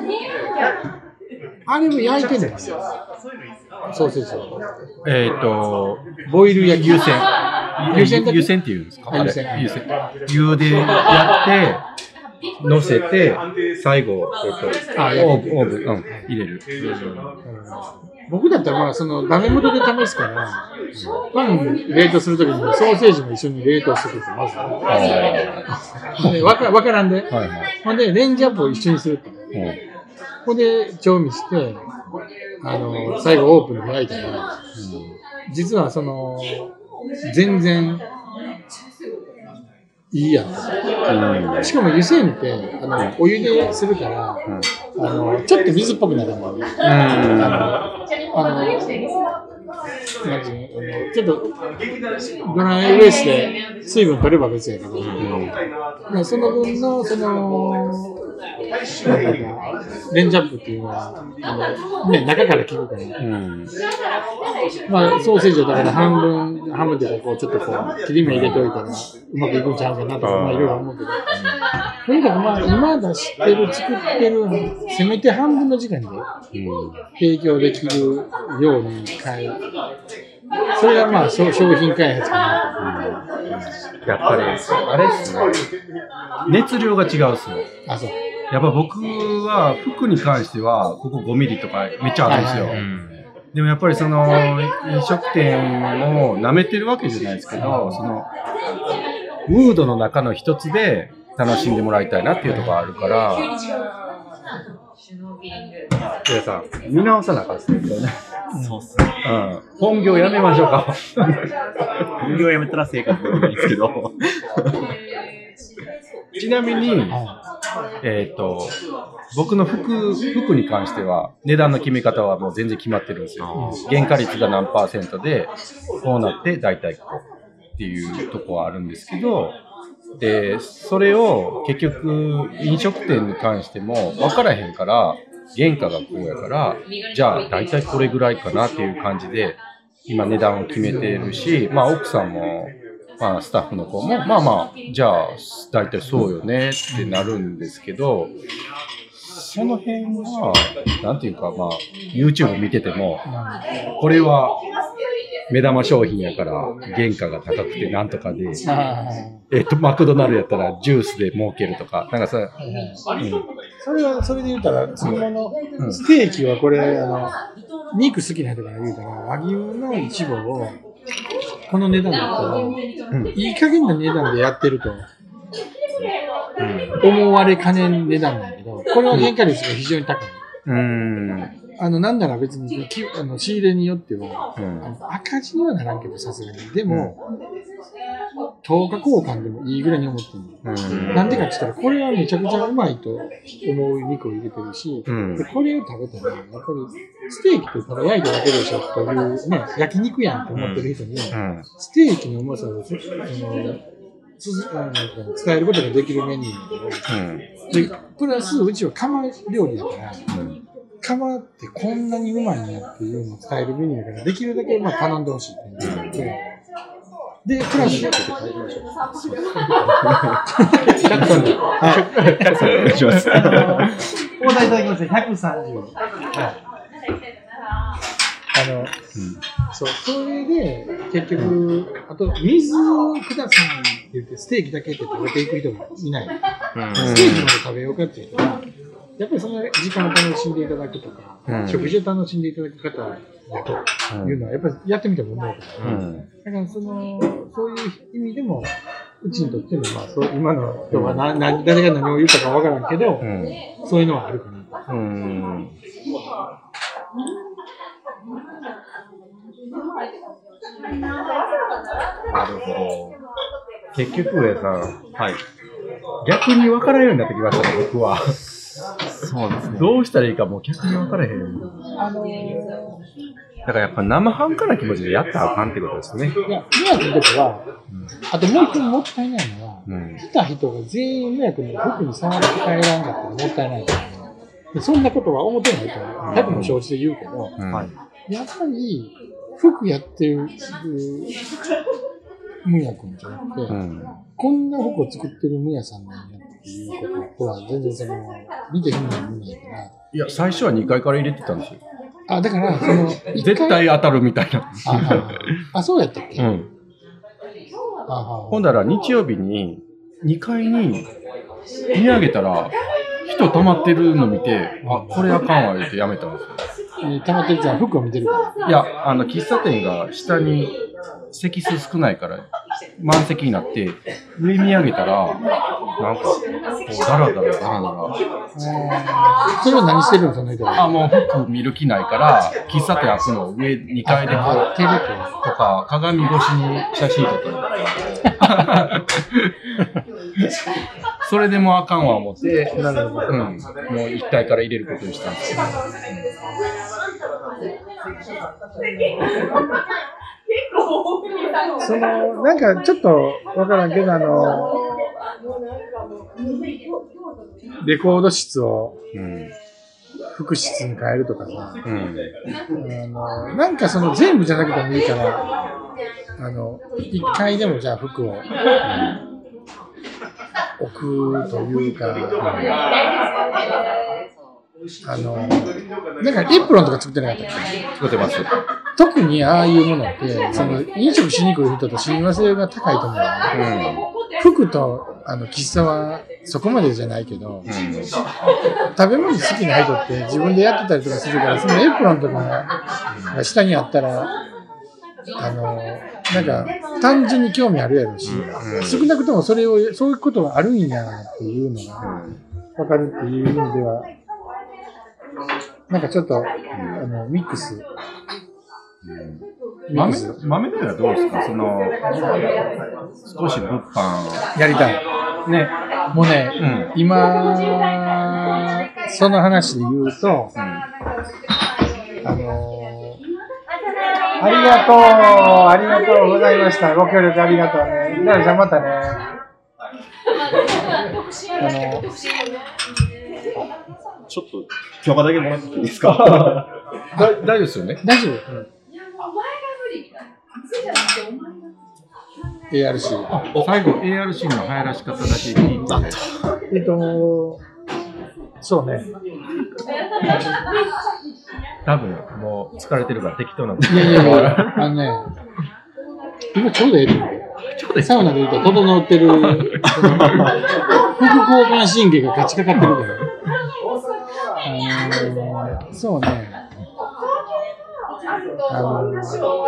S1: あれも焼いてるんですよ、ソーセージを。
S2: えっ、ー、と、
S1: ボイル焼き。
S2: 湯煎。湯煎湯煎っていうんですか？湯煎。湯煎。湯でやって、乗せて、最後、えっと、あ、オーブン、オーブン、うん、入れる。
S1: 僕だったら、まあ、その、ダメ元で試すから、パン冷凍するときにソーセージも一緒に冷凍してくるんですよ、まず。で、わか、わからんで。はいはい、ほんで、レンジアップを一緒にすると。ここで調味して、あの、最後オープンで焼いたら、うん、実はその、全然いいやん、うん。しかも湯煎って、あの、お湯でするから、うん、あの、ちょっと水っぽくなるんだよね。うん、あの、あの、なんていうの、ちょっとドライウェイスで水分取れば別やけど、うん、その分の、その、レンジアップっていうのはあの、ね、中から効くから、うん、まあ、ソーセージをだから半分半分でこうちょっとこう切り目入れておいたらうまくいくんちゃうかなとか、まあいろいろ思うけど、とにかくまあ今出してる作ってるせめて半分の時間で提供できるように変え、それがまあ商品開発かなと、うん、や
S2: っぱりあれですね、熱量が違うっすね。あ、そう。やっぱ僕は服に関してはここごミリとかめっちゃあるんですよ。はいはいはい、でもやっぱりその飲食店を舐めてるわけじゃないですけど、そのムードの中の一つで楽しんでもらいたいなっていうところがあるから。皆さん見直さなかったですよね。そうっすね。うん。本業やめましょうか。
S3: 本業やめたら生活できないですけど。
S2: ちなみに、えっと、僕の服、服に関しては、値段の決め方はもう全然決まってるんですよ。原価率が何パーセントで、こうなって大体こうっていうとこはあるんですけど、で、それを結局、飲食店に関しても分からへんから、原価がこうやから、じゃあ大体これぐらいかなっていう感じで、今値段を決めてるし、まあ奥さんも、まあ、スタッフの子も、まあまあ、じゃあ、大体そうよねってなるんですけど、その辺は、なんていうか、まあ、YouTube 見てても、これは目玉商品やから、原価が高くてなんとかで、えっと、マクドナルドやったらジュースで儲けるとか、なんかさ、うん、
S1: それは、それで言ったら、その、ステーキはこれ、あの、 肉好きな人から言うたら、和牛の一部をこの値段だったら、うん、いい加減な値段でやってると、うん、思われかねん値段なんだけど、これは原価率が非常に高い。うん、あのなんなら別にあの仕入れによっては、うん、あの赤字にはならんけどさすがに。でも、うん、とおか交換でもいいぐらいに思ってる、うん、なんでかって言ったらこれはめちゃくちゃうまいと思う肉を入れてるし、うん、でこれを食べたらやっぱりステーキってただ焼いただけでしょというね、焼肉やんって思ってる人に、うん、ステーキのうまさを伝えることができるメニューなので、うん、でプラスうちは釜料理だから、うん、釜ってこんなにうまいんやっていうのを伝えるメニューだからできるだけまあ頼んでほしいっていうので、でプラスひゃくさんじゅうお願いします。お答えいただきましたひゃくさんじゅう。あの、うん、そう、それで、結局、うん、あと、水をくださいって言って、ステーキだけって食べていく人がいない。うん、ステーキまで食べようかっていう人は、やっぱりその時間を楽しんでいただくとか、うん、食事を楽しんでいただく方だというのは、やっぱりやってみても思うから、うん、だからその、そういう意味でも、うちにとっても、まあ、そう今の人はな、な、誰が何を言ったかわからんけど、うん、そういうのはあるかな。うん
S2: なるほど。結局上さん、はい、逆に分からんようになってきましたね、僕は。そうですね。どうしたらいいかもう逆に分からへん。あのー、だからやっぱ生半可な気持ちでやったらあかんってことですね。
S1: いや、今のところは、うん、あともう一個もったいないのは、うん、来た人が全員親子の服に触って帰らんかったらもったいないから、ね、そんなことは思ってないと思う。多分も承知で言うけど、うんはい、やっぱり、服やってるむやくんじゃなくて、うん、こんな服を作ってるむやさんなんやっていうこととは全然その見てへんのに見ないから。
S2: いや、最初はにかいから入れてたんですよ。
S1: あ、だから、その、
S2: 絶対当たるみたいな。
S1: あ, あ、そうやったっけ、うん、
S2: あほんだら日曜日ににかいに見上げたら、人溜まってるの見て、あ、これあかんわ言ってやめたんですよ。
S1: 溜まってるやつは服を見てるから。
S2: いや、あの、喫茶店が下に席数少ないから、満席になって、上見上げたら、なんか、こう、ダラダラダラダラ。
S1: それは何してるのその人は。
S2: あ、もう服見る気ないから、喫茶店開くの上にかいでこう、
S1: テレビ
S2: とか、鏡越しに写真撮ったりとか。それでもあかんわ思って、なるほど、うん、もう一体から入れることにしたんですけど。
S1: そのなんかちょっとわからんけど、あのレコード室を副室に変えるとかさ、うん、あのなんかその全部じゃなくてもいいから、あの一回でもじゃあ服を、うん置くというか、あの、なんかエプロンとか作ってなかったっけ？
S2: 作ってます。
S1: 特にああいうものって、その飲食しに来る人と親和性が高いと思う、ね。うん、服とあの喫茶はそこまでじゃないけど、うん、食べ物好きな人って自分でやってたりとかするから、そのエプロンとかが下にあったら、あのなんか単純に興味あるやろうし、うん、少なくともそれをそういうことがあるんやっていうのが分かるっていう意味では、なんかちょっと、うん、あのミックス。
S2: うん、豆豆のはどうですか？その少し物販
S1: やりたい。ね、もうね、うん、今その話で言うと、うん、あのありがとう、ありがとうございました。ご協力ありがとうね。みなみちゃんまたね。あの
S3: ちょっと許可だけもらっていいですか？
S2: 大丈夫ですよね。
S1: 大丈夫。うん、エーアールシー。
S2: あ、最後 エーアールシー の流行らし方だけ聞いて。
S1: えっと、そうね。
S2: 多分もう疲れてるから適当なんで。
S1: いやいやいや、あのね、今ちょうどええと思う。サウナで言うと整ってる、副交感神経がガチかかってるから。あのー、そうね。 あの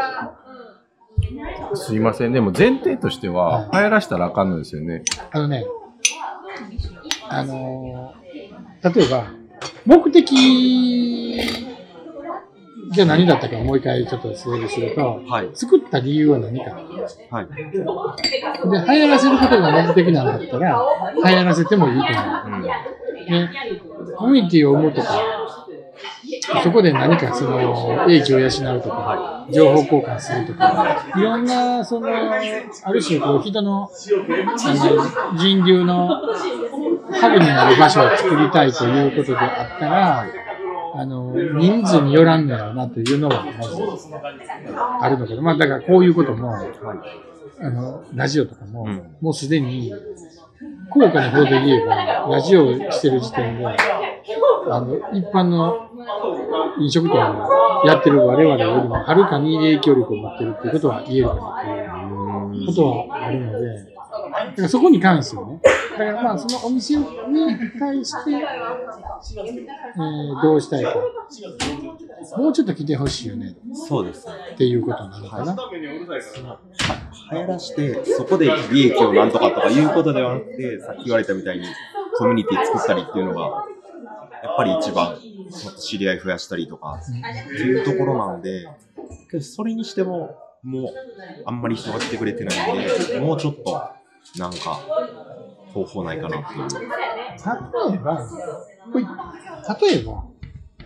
S2: すいません、でも前提としては、流行らしたらあかんのですよね。
S1: あのね、あの例えば、目的が何だったかもう一回ちょっと整理すると、はい、作った理由は何か。はい、で、流行らせることが目的なんだったら、流行らせてもいいと思う。うん、で、コミュニティを生むとか、そこで何かその英気を養うとか、情報交換するとか、いろんなそのある種こう人の、あの人流のハブになる場所を作りたいということであったら、あの人数によらんのやろうなというのはまずあるのけど、まあだからこういうことも、あのラジオとかも、もうすでに効果の方で言えばラジオをしてる時点で。あの一般の飲食店をやってる我々よりもはるかに影響力を持ってるっていうことは言えるかなっていうことはあるので、だからそこに関してはね、だからまあそのお店に対して、えー、どうしたいか、もうちょっと来てほしいよね。
S3: そうです
S1: っていうことなのかな。
S3: 流行らしてそこで利益をなんとかとかいうことではなくて、さっき言われたみたいにコミュニティ作ったりっていうのが。やっぱり一番知り合い増やしたりとかっていうところなので、それにしてももうあんまり人が来てくれてないので、もうちょっとなんか方法ないかなっていう。
S1: 例えば、例えば、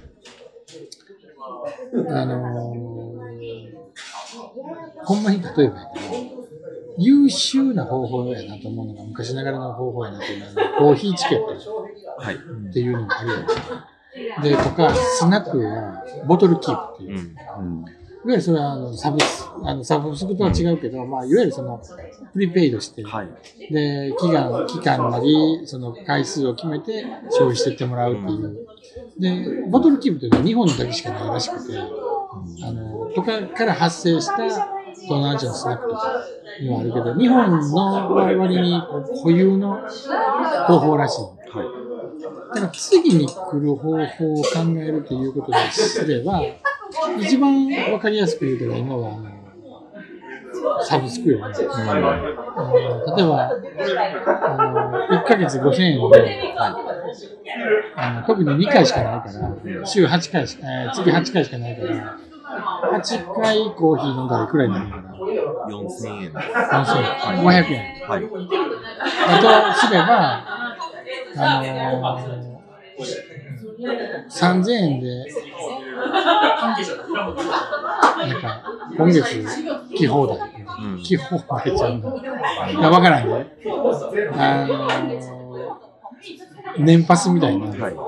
S1: あのー、ほんまに例えばやけど、優秀な方法やなと思うのが昔ながらの方法やなというのは、コーヒーチケットっていうのもあるよね。で、とか、スナックやボトルキープっていう。うんうん、いわゆるそれはあのサブス、あのサブスクとは違うけど、うん、まあ、いわゆるそのプリペイドして、はい、で、期間、期間なり、その回数を決めて消費していってもらうっていう。うん、で、ボトルキープというのは日本だけしかないらしくて、うん、あの、とかから発生した東南アジアのスナックとかにはあるけど、日本の割に固有の方法らしい。はい、だから次に来る方法を考えるということですれば、一番わかりやすく言うと今はあのサブスクよね。うん、例えばあのいっかげつごせんえんで、はい、あの特ににかいしかないから、週はちかいしか、えー、月はちかいしかないから、はちかいコーヒー飲んだらいくらになるのかな。
S3: よんせんえん。よんせんえん。
S1: はい、ごひゃくえん。はい。だとすれば、あのー、さんぜんえんで、なんか、今月、来放題。うん、来放題ちゃうんだ。いや、わからんね。あのー、年パスみたいな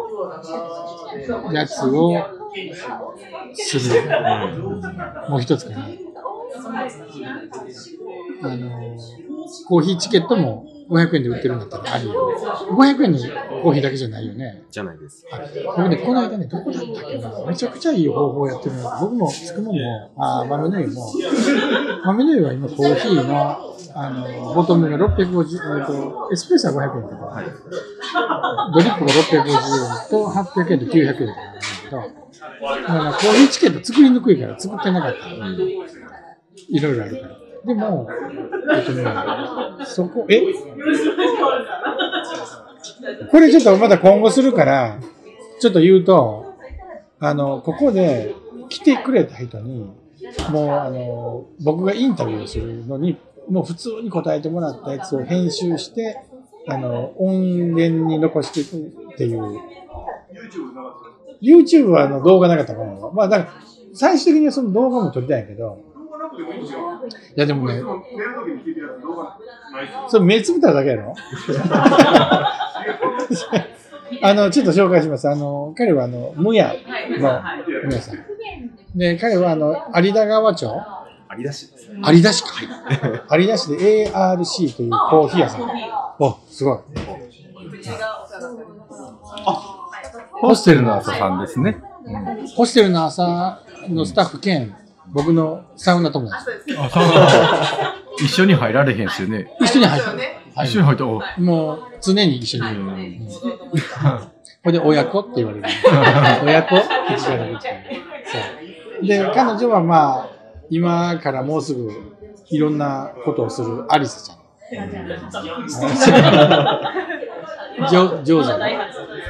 S1: やつをする。もう一つかな。あのー、コーヒーチケットもごひゃくえんで売ってるんだったらありよ。ごひゃくえんのコーヒーだけじゃないよね。
S3: じゃないです。
S1: はい。僕ね、この間ね、どこだったっけな。めちゃくちゃいい方法をやってるの。僕も、つくもんも、あ、豆の湯も、豆の湯は今コーヒーの、あの、ボトムがろっぴゃくごじゅうえんと、エスプレッソはごひゃくえんとか、はい、ドリップがろっぴゃくごじゅうえんとはっぴゃくえんときゅうひゃくえんとかなんだけど、だからコーヒーチケット作りにくいから作ってなかった。うん、いろいろあるから。でも、えっとね、そこ、えこれちょっとまだ今後するから、ちょっと言うと、あの、ここで来てくれた人に、もう、あの、僕がインタビューするのに、もう普通に答えてもらったやつを編集して、あの、音源に残していくっていう。YouTube はあの動画なかったかな。まあ、だから、最終的にはその動画も撮りたいんやけど、いやでもね、それ目つぶっただけやろあの、ちょっと紹介します。あの、彼はあの、むやの皆さん。で、彼はあの、有田川町
S3: 有田市です。
S1: 有田市か。有田市で エーアールシー というコーヒー屋さん。お、すごい。
S2: あ、ホステルの朝さんですね。
S1: うん、ホステルの朝のスタッフ兼、僕のサウナ友達。あ、サウ
S2: ナ一緒に入られへんすよね。
S1: 一緒に入った。
S2: 一緒に入った。
S1: もう常に一緒にいる。うん、これで親子って言われる。親子って言われる。そう。 で、彼女はまあ、今からもうすぐいろんなことをするアリサちゃん。上上手だね。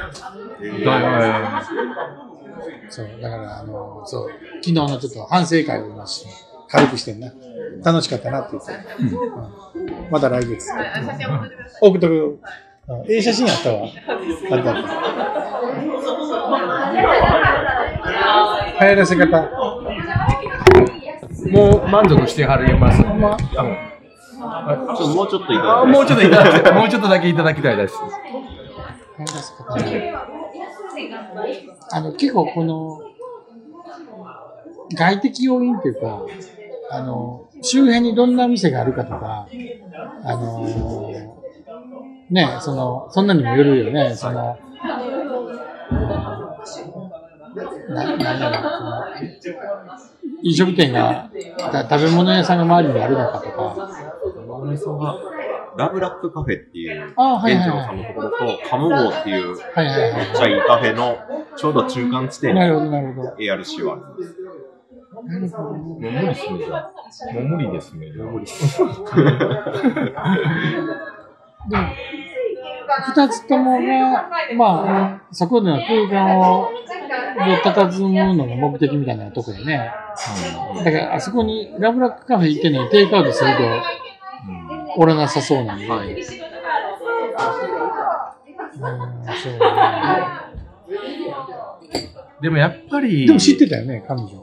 S1: そう、だから、あの、そう、昨日のちょっと反省会を今し軽くしてんな。楽しかったなって言って。うんうん、また来月。送っとく。ええ写真やったわ。あったあった。流行らせ方。
S2: もう満足してはります。ま
S3: あ、ちょもうちょっといただき
S2: もうちょっといただきもうちょっとだけいただきたいです。
S1: あの結構この外的要因というか、あの周辺にどんな店があるかとか、あのね、そのそんなにもよるよね。そのななんやろ、その飲食店が食べ物屋さんが周りにあるのかとか。
S3: お店がラブラックカフェっていう
S1: 店長
S3: さんのところとカモ号っていうめっちゃいいカフェのちょうど中間地点に エーアールシー はあるんです。
S2: もう無理ですね、じゃあ。もう無理ですね、じゃあ。無理です。
S1: でも、二つともが、まあ、そこでの空間を佇むのが目的みたいなところでね。うん、だからあそこにラブラックカフェ行ってね、テイクアウトすると、うん、おらなさそうなんで。はい、うん、そうね。
S2: でもやっぱり。
S1: でも知ってたよね、彼女。
S3: うん、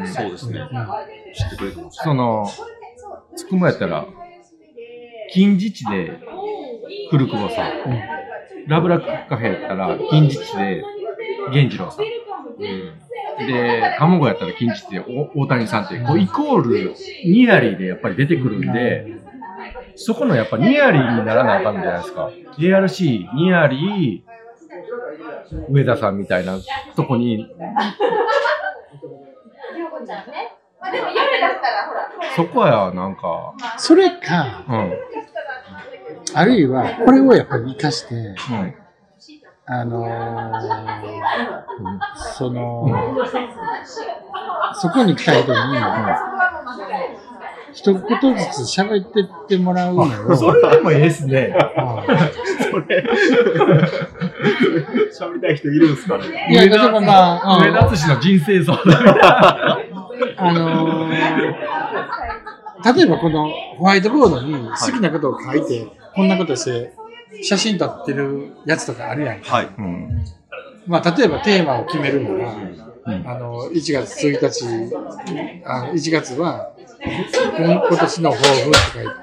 S3: そうですね。うん、知ってくれてました。
S2: その、つくもやったら、近似値で、古久保さん、うん、ラブラックカフェやったら、近似値で、源次郎さん。うんで、卵やったら近似値で大谷さんって、こうイコールニアリーでやっぱり出てくるんで、そこのやっぱニアリーにならなあかんじゃないですか。エーアールシー、ニアリー、上田さんみたいなとこに、そこや、なんか。
S1: それか、うん、あるいは、これをやっぱり活かして、うんあのー、その、うん、そこに来た人に、うん、一言ずつ喋ってってもらうのを。
S2: それでもいいですね。
S3: それ、喋りたい人いるんですかね。
S1: いや、例えばまあ、
S2: 上田敦の人生相談。
S1: あのー、例えばこのホワイトボードに好きなことを書いて、はい、こんなことして、写真撮ってるやつとかあるやんか。はい。うん、まあ、例えばテーマを決めるのは、うん、あの、いちがつついたち、あのいちがつは、今年の抱負とか言って、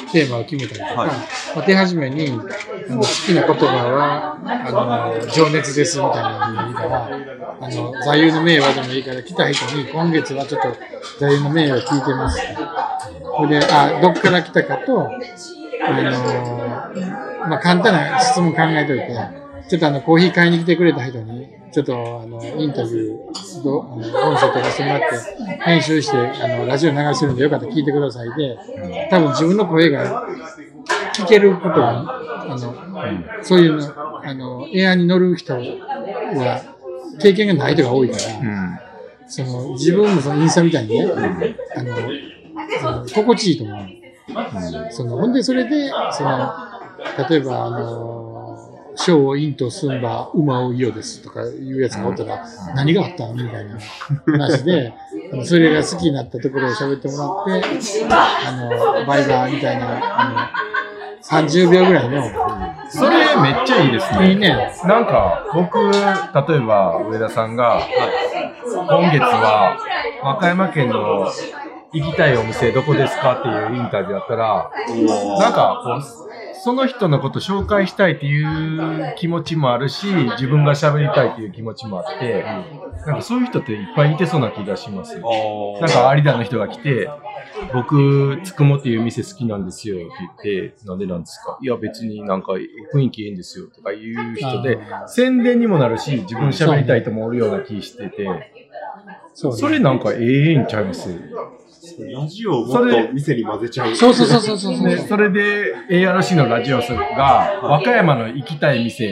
S1: テーマを決めたりとか、はい、まあ、手始めに、あの好きな言葉は、あの、情熱ですみたいなのでもいいから、あの、座右の銘はでもいいから、来た人に、今月はちょっと座右の銘を聞いてます。それで、あ、どっから来たかと、あのまあ、簡単な質問考えといて、ちょっとあの、コーヒー買いに来てくれた人に、ちょっとあの、インタビューと、あの、音声飛ばしてもらって、編集して、あの、ラジオ流してるんでよかったら聞いてくださいで、多分自分の声が聞けることが、あの、そういうの、あの、エアーに乗る人は、経験がない人が多いから、うん、その、自分もそのインスタみたいにね、あの、あの心地いいと思う。うん、そのほんでそれでその例えばあの小を陰と寸馬馬を伊予ですとかいうやつがおったら、うん、何があったのみたいな話でそれが好きになったところを喋ってもらってあのバイバーみたいなあのさんじゅうびょうぐらいの
S2: それめっちゃいいですね。
S1: いいね。
S2: なんか僕例えば上田さんが今月は和歌山県の行きたいお店どこですかっていうインタビューだったら、なんかこうその人のこと紹介したいっていう気持ちもあるし、自分が喋りたいっていう気持ちもあって、なんかそういう人っていっぱいいてそうな気がします。なんか有田の人が来て、僕つくもっていう店好きなんですよって言って、なんでなんですか？いや別になんか雰囲気いいんですよとかいう人で、宣伝にもなるし、自分喋りたいともおるような気してて、そ, それなんかええんちゃいます？
S3: ラジオをもっと店に混ぜちゃう。
S1: そうそうそうそうそう。
S2: で、それで エーアールシー のラジオが和歌山の行きたい店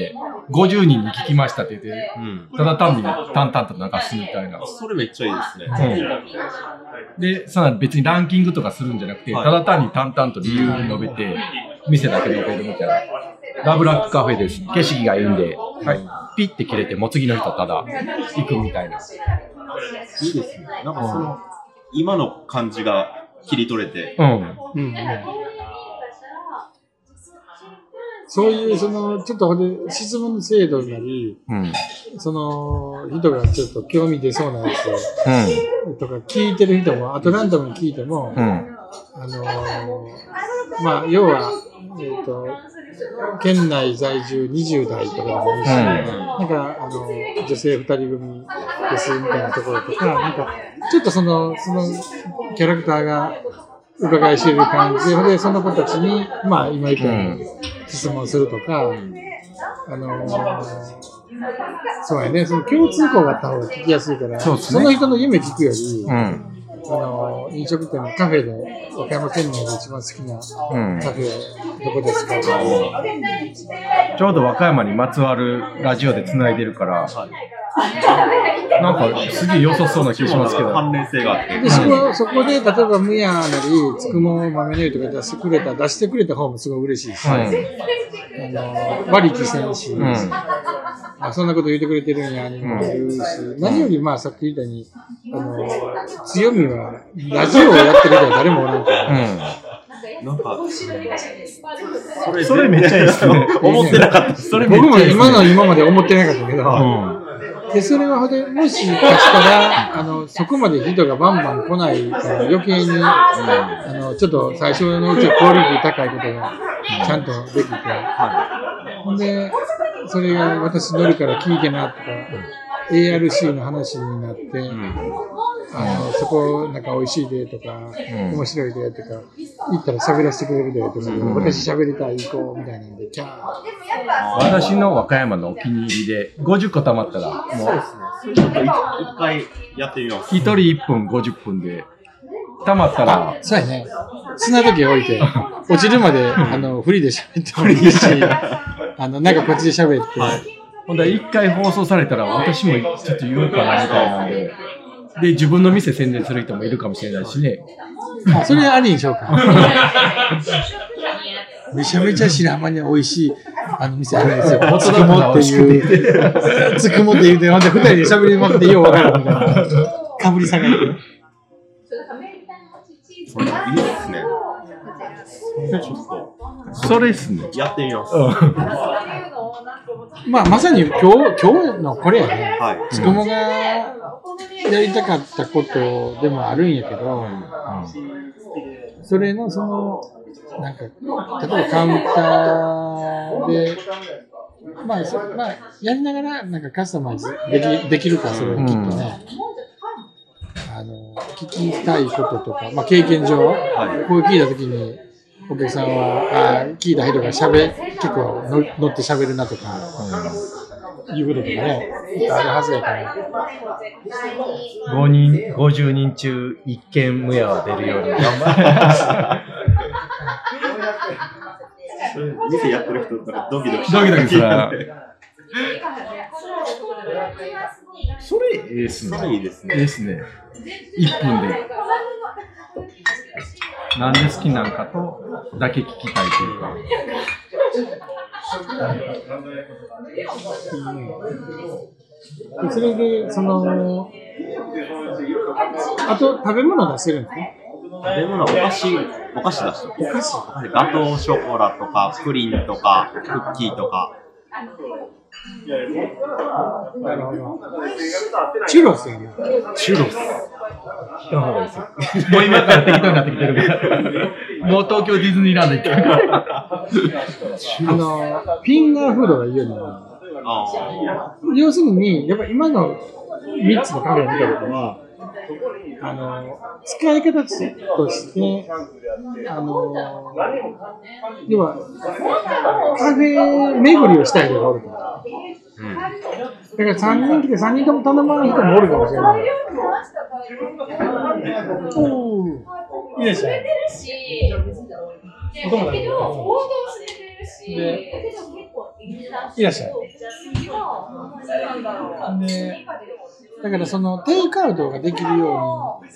S2: ごじゅうにんに聞きましたって言って、
S3: うん、
S2: ただ単に淡々と流すみたいな。
S3: それめっちゃいいですね。
S2: うん、で、さらに別にランキングとかするんじゃなくて、はい、ただ単に淡々と理由に述べて、店だけ述べるみたいな。ラブラックカフェです。景色がいいんで、はい、ピッて切れて、もう次の人ただ行くみたいな。
S3: いいですね。なんかその、うん、今の感じが切り取れて。
S2: うん。うんうん、
S1: そういう、その、ちょっと質問制度なり、うん、その、人がちょっと興味出そうなやつ、うん、とか聞いてる人も、あとランダムに聞いても、うん、あのー、まあ、要は、えっと、県内在住にじゅう代とかでもいいし、うん、なんか、あの、女性二人組ですみたいなところとか、なんか、ちょっとその、その、キャラクターが伺い知れる感じで、で、その子たちに、まあ、今言ったように質問するとか、うん、あのー、そうやね、その共通項があった方が聞きやすいから、そうですね、その人の夢聞くより、うん、あの飲食店のカフェで和歌山県内で一番好きなカフェ、うん、どこですか、
S2: ちょうど和歌山にまつわるラジオでつないでるから、はい、なんかすげえ良さそうな気がしますけど、
S3: 関連性があって、
S1: でそこそこで例えばむやなりつくも豆の湯とか出してくれた出してくれた方もすごい嬉しいし、はい、あの割り切せんし、うん、あそんなこと言ってくれてるんやにも言うし、うん、何よりまあさっき言ったようにあの強みはラジオをやってる人は誰もおらんから、うん、
S3: なんか
S2: それ、それめっちゃいいですね。
S3: 思ってなかった。
S1: それめっちゃいいですね。僕も今の今まで思ってなかったけど、うん、でそれはほでもしかしたらあのそこまで人がバンバン来ないから余計に、うん、あのちょっと最初のうちはクオリティ高いことがちゃんとできて、ほんでそれが私乗るから聞いてなとか、うん、エーアールシー の話になって、うん、あのそこなんか美味しいでとか、うん、面白いでとか言ったら喋らせてくれるでとか、うん、私喋りたい行こうみたいなんで、キャー。
S2: 私の和歌山のお気に入りでごじゅっこ貯まったら、もう
S3: そうですね。ちょっと一回やってみます。
S2: 一人いっぷんごじゅっぷんで貯まったら、
S1: そうやね。砂時計置いて落ちるまであのフリーで喋ってもいいし、あのなんかこっちで喋って。はい、
S2: ほんで一回放送されたら私もちょっと言おうかなみたいなんで。で、自分の店宣伝する人もいるかもしれないしね。
S1: あ、それありにしようか。めちゃめちゃ白浜に美味しいあの店あるんですよ。つくもっていう。つくもって言うて、ほんで二人で喋りまくってようわからんみたいな。かぶりさがいて。
S3: それいいですね。ちょっと。
S2: それですね。
S3: やってみます。
S1: まあ、まさに今日、今日のこれやね。はい。つくもがやりたかったことでもあるんやけど、うん、それのその、なんか、例えばカウンターで、まあ、そまあ、やりながらなんかカスタマイズでき、できるか、それはきっとね。うん、あの、聞きたいこととか、まあ、経験上、はい、こう聞いたときに、お客さんは、あ聞いた人が喋、結構乗って喋るなとか、うん、いうこととかね、あるはずやから。
S2: ごにん、ごじゅうにん中いっけんむやは出るように頑張
S3: る。店やってる人とかドキドキ
S2: ドキドキする。それええっすね。
S3: それいいですね。
S2: ええっすね。いっぷんで。なんで好きなんかとだけ聞きたいというか。
S1: それで、その、あと食べ物出せるんですね。
S3: 食べ物、お菓子、お菓子出してる。
S1: お菓子
S3: ガトーショコラとか、プリンとか、クッキーとか。
S1: なるほど。チュロスやな。
S2: チュロス。もう今から適当になってきてるから。もう東京ディズニーランド行ってるから。
S1: あの、フィンガーフードがいいよね。要するに、やっぱ今のみっつのカフェを見たことは、あの、使い方として、あの、要は、カフェ巡りをしたい人がおるから。うん、だからさんにん来てさんにんとも頼まない人もおるかもしれない。おー、いいですね。お友達で、いらっしゃい。 で、だからそのテイクアウトができるように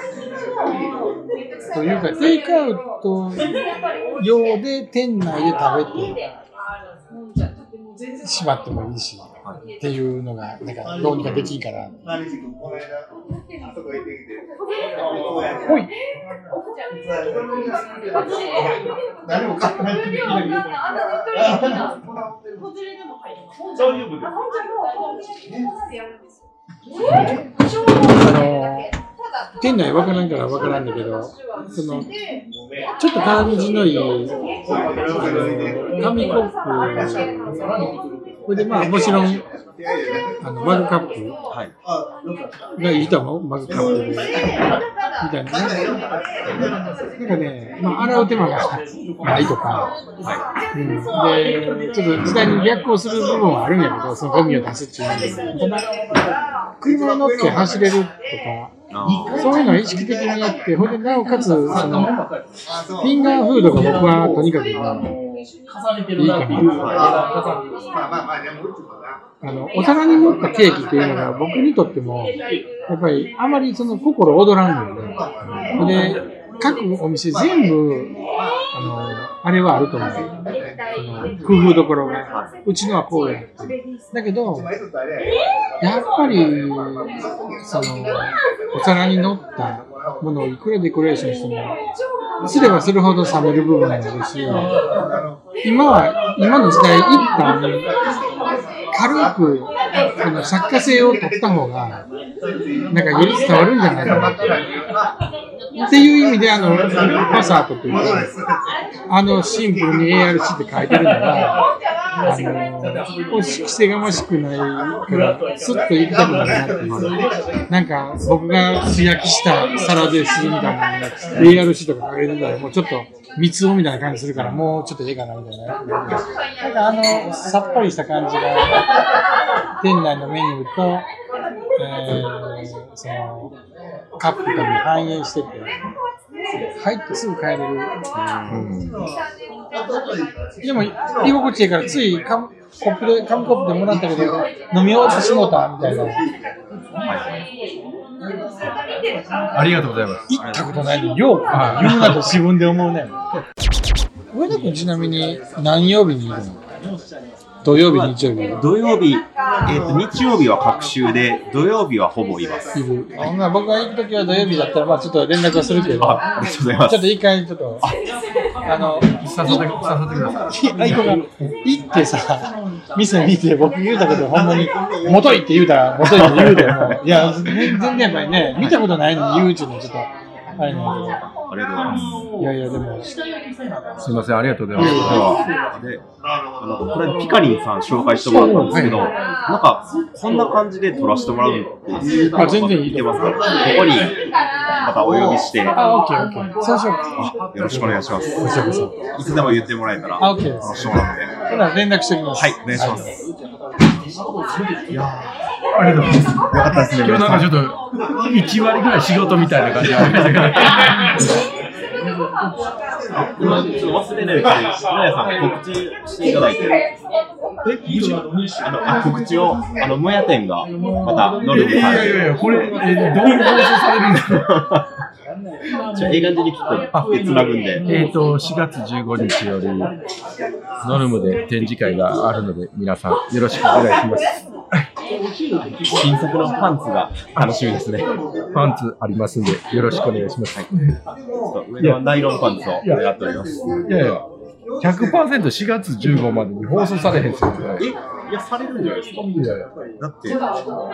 S1: というか、テイクアウト用で店内で食べてしまってもいいし、っていうのがなんかどうにかできんかな。ほい。何も買ってない。大丈夫です。あの店内分からんから分からんだけど、そのちょっと感じのいい紙コップ、これでまあもちろんあのマグカップがいいと思う、マグカップみたいなね。なんかね、まあ、洗う手間がないとか、うん、でちょっと時代に逆行する部分はあるんやけど、そのゴミを出すっていうので、車乗って走れるとか、そういうのを意識的にやって、ほんでなおかつそのフィンガーフードが僕はとにかく、ね、いいかな。あのお皿に盛ったケーキっていうのが僕にとってもやっぱりあまりその心躍らんので、で各お店全部あのあれはあると思う。あの工夫どころがうちのはこうやってだけどやっぱりそのお皿に乗ったものをいくらデコレーションしてもすればするほど冷める部分もあるし、今は今の時代一旦軽くこの作家性を取った方がなんかより伝わるんじゃないかなっていう意味で、あのパサートというかあのシンプルに エーアールシー って書いてるのがあの規制がましくないからスッと行きたくなるなっていう、なんか僕が素焼きしたサラダするみたいなのが エーアールシー とか書いてるのでもうちょっと三つ子みたいな感じするからもうちょっとええかなみたいな、なんかあのさっぱりした感じが店内のメニューと、えー、そのカップとに反映してて入ってすぐ帰れる、うん、でも居心地いいからつい紙コップで紙コップでもらったけど飲み終わってしもうたみたいな、はい、
S2: ありがとうございます。
S1: 行ったことないのによう言うなと自分で思うね。上田君ちなみに何曜日にいるの？土曜日、日曜日。
S3: 土曜日、えーと、日曜日は隔週で、土曜日はほぼいます。
S1: いる。あ、まあ、僕が行くときは土曜日だったら、まあちょっと連絡はするけど、
S3: あ、ありがとうございます。
S1: ちょっと一回ちょっと、あの、
S2: 誘って、誘ってください。
S1: 行ってさ、店見て、僕言うたけど、ほんまに、もといって言うたら、もといって言うても、いや、全然やっぱりね、見たことないのに言うっていうのはちょっと、あれなんだけど。
S3: ありがとうございます。
S1: いやいや、でも。
S2: すみません、ありがとうございます。
S3: で、あの、これ、ピカリンさん紹介してもらったんですけど、なんか、こんな感じで撮らせてもらうのって、
S1: あ、全然いい。
S3: てますから、ここにまたお呼びして。
S1: あ、オッケーオッケー。そうしよう
S3: か。よろしくお願いします。
S1: こちらこそ。
S3: いつでも言ってもらえたら、
S1: あ、オッケーです。
S3: してもらって。
S1: ほら、連絡しておきます。
S3: はい、お願いします。
S2: いやありがとうございます。よ
S3: かったですね。
S2: 今日なんかちょっといち割ぐらい仕事みたいな感じがありましたけど。
S3: 今ちょっと忘れないうちに、村屋さん告知していただいて。え、あのあ告知をあのむや店がまたノルムさんで。い
S2: やいやいやこれえどういう放送されるんですか。
S3: じゃあ、いい感じにきっとつなぐんで。
S2: えっと、しがつじゅうごにちより、ノルムで展示会があるので、皆さんよろしくお願いします。
S3: 新作のパンツが楽しみですね。
S2: パンツありますんで、よろしくお願いします。はい、
S3: 上のナイロンパンツを狙っております。
S2: いやいや、ひゃくパーセントしがつじゅうごまでに放送されへんすよ。
S3: え、いや、されるんじゃないですか。いやいやだって、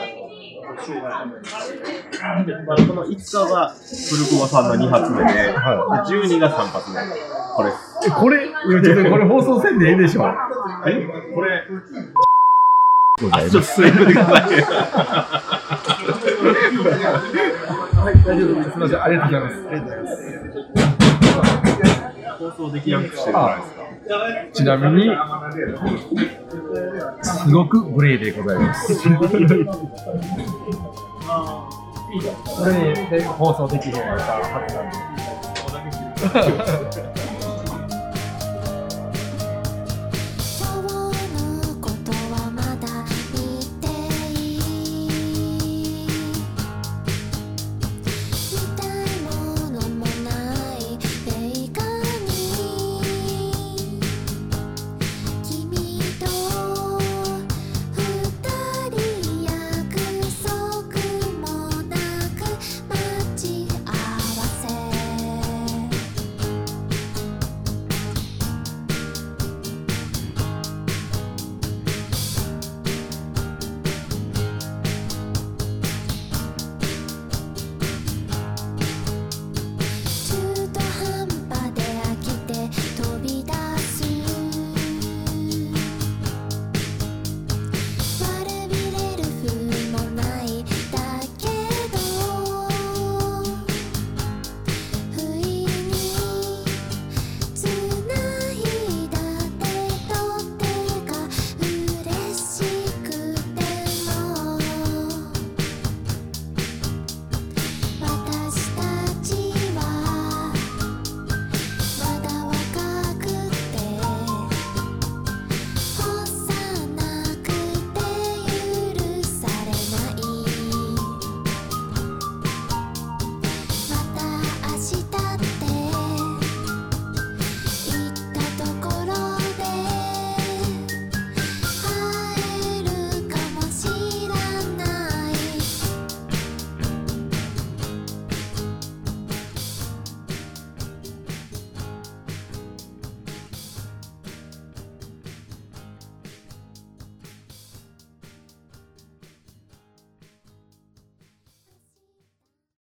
S3: このいつかが古久保さんのに発目で、はい、じゅうにがさん発目。これ。
S2: え、これ、いやちょっとこれ放送せんでええでしょ。
S3: え、これ。
S2: あ、ちょっとすいません。はい、大丈夫です。すみません、ありがとうございます。ありがとうございます。
S3: 放送できなくしてるじゃないですか。
S2: ちなみに、すごく無礼でございます。これで放送できるようなはずなんで。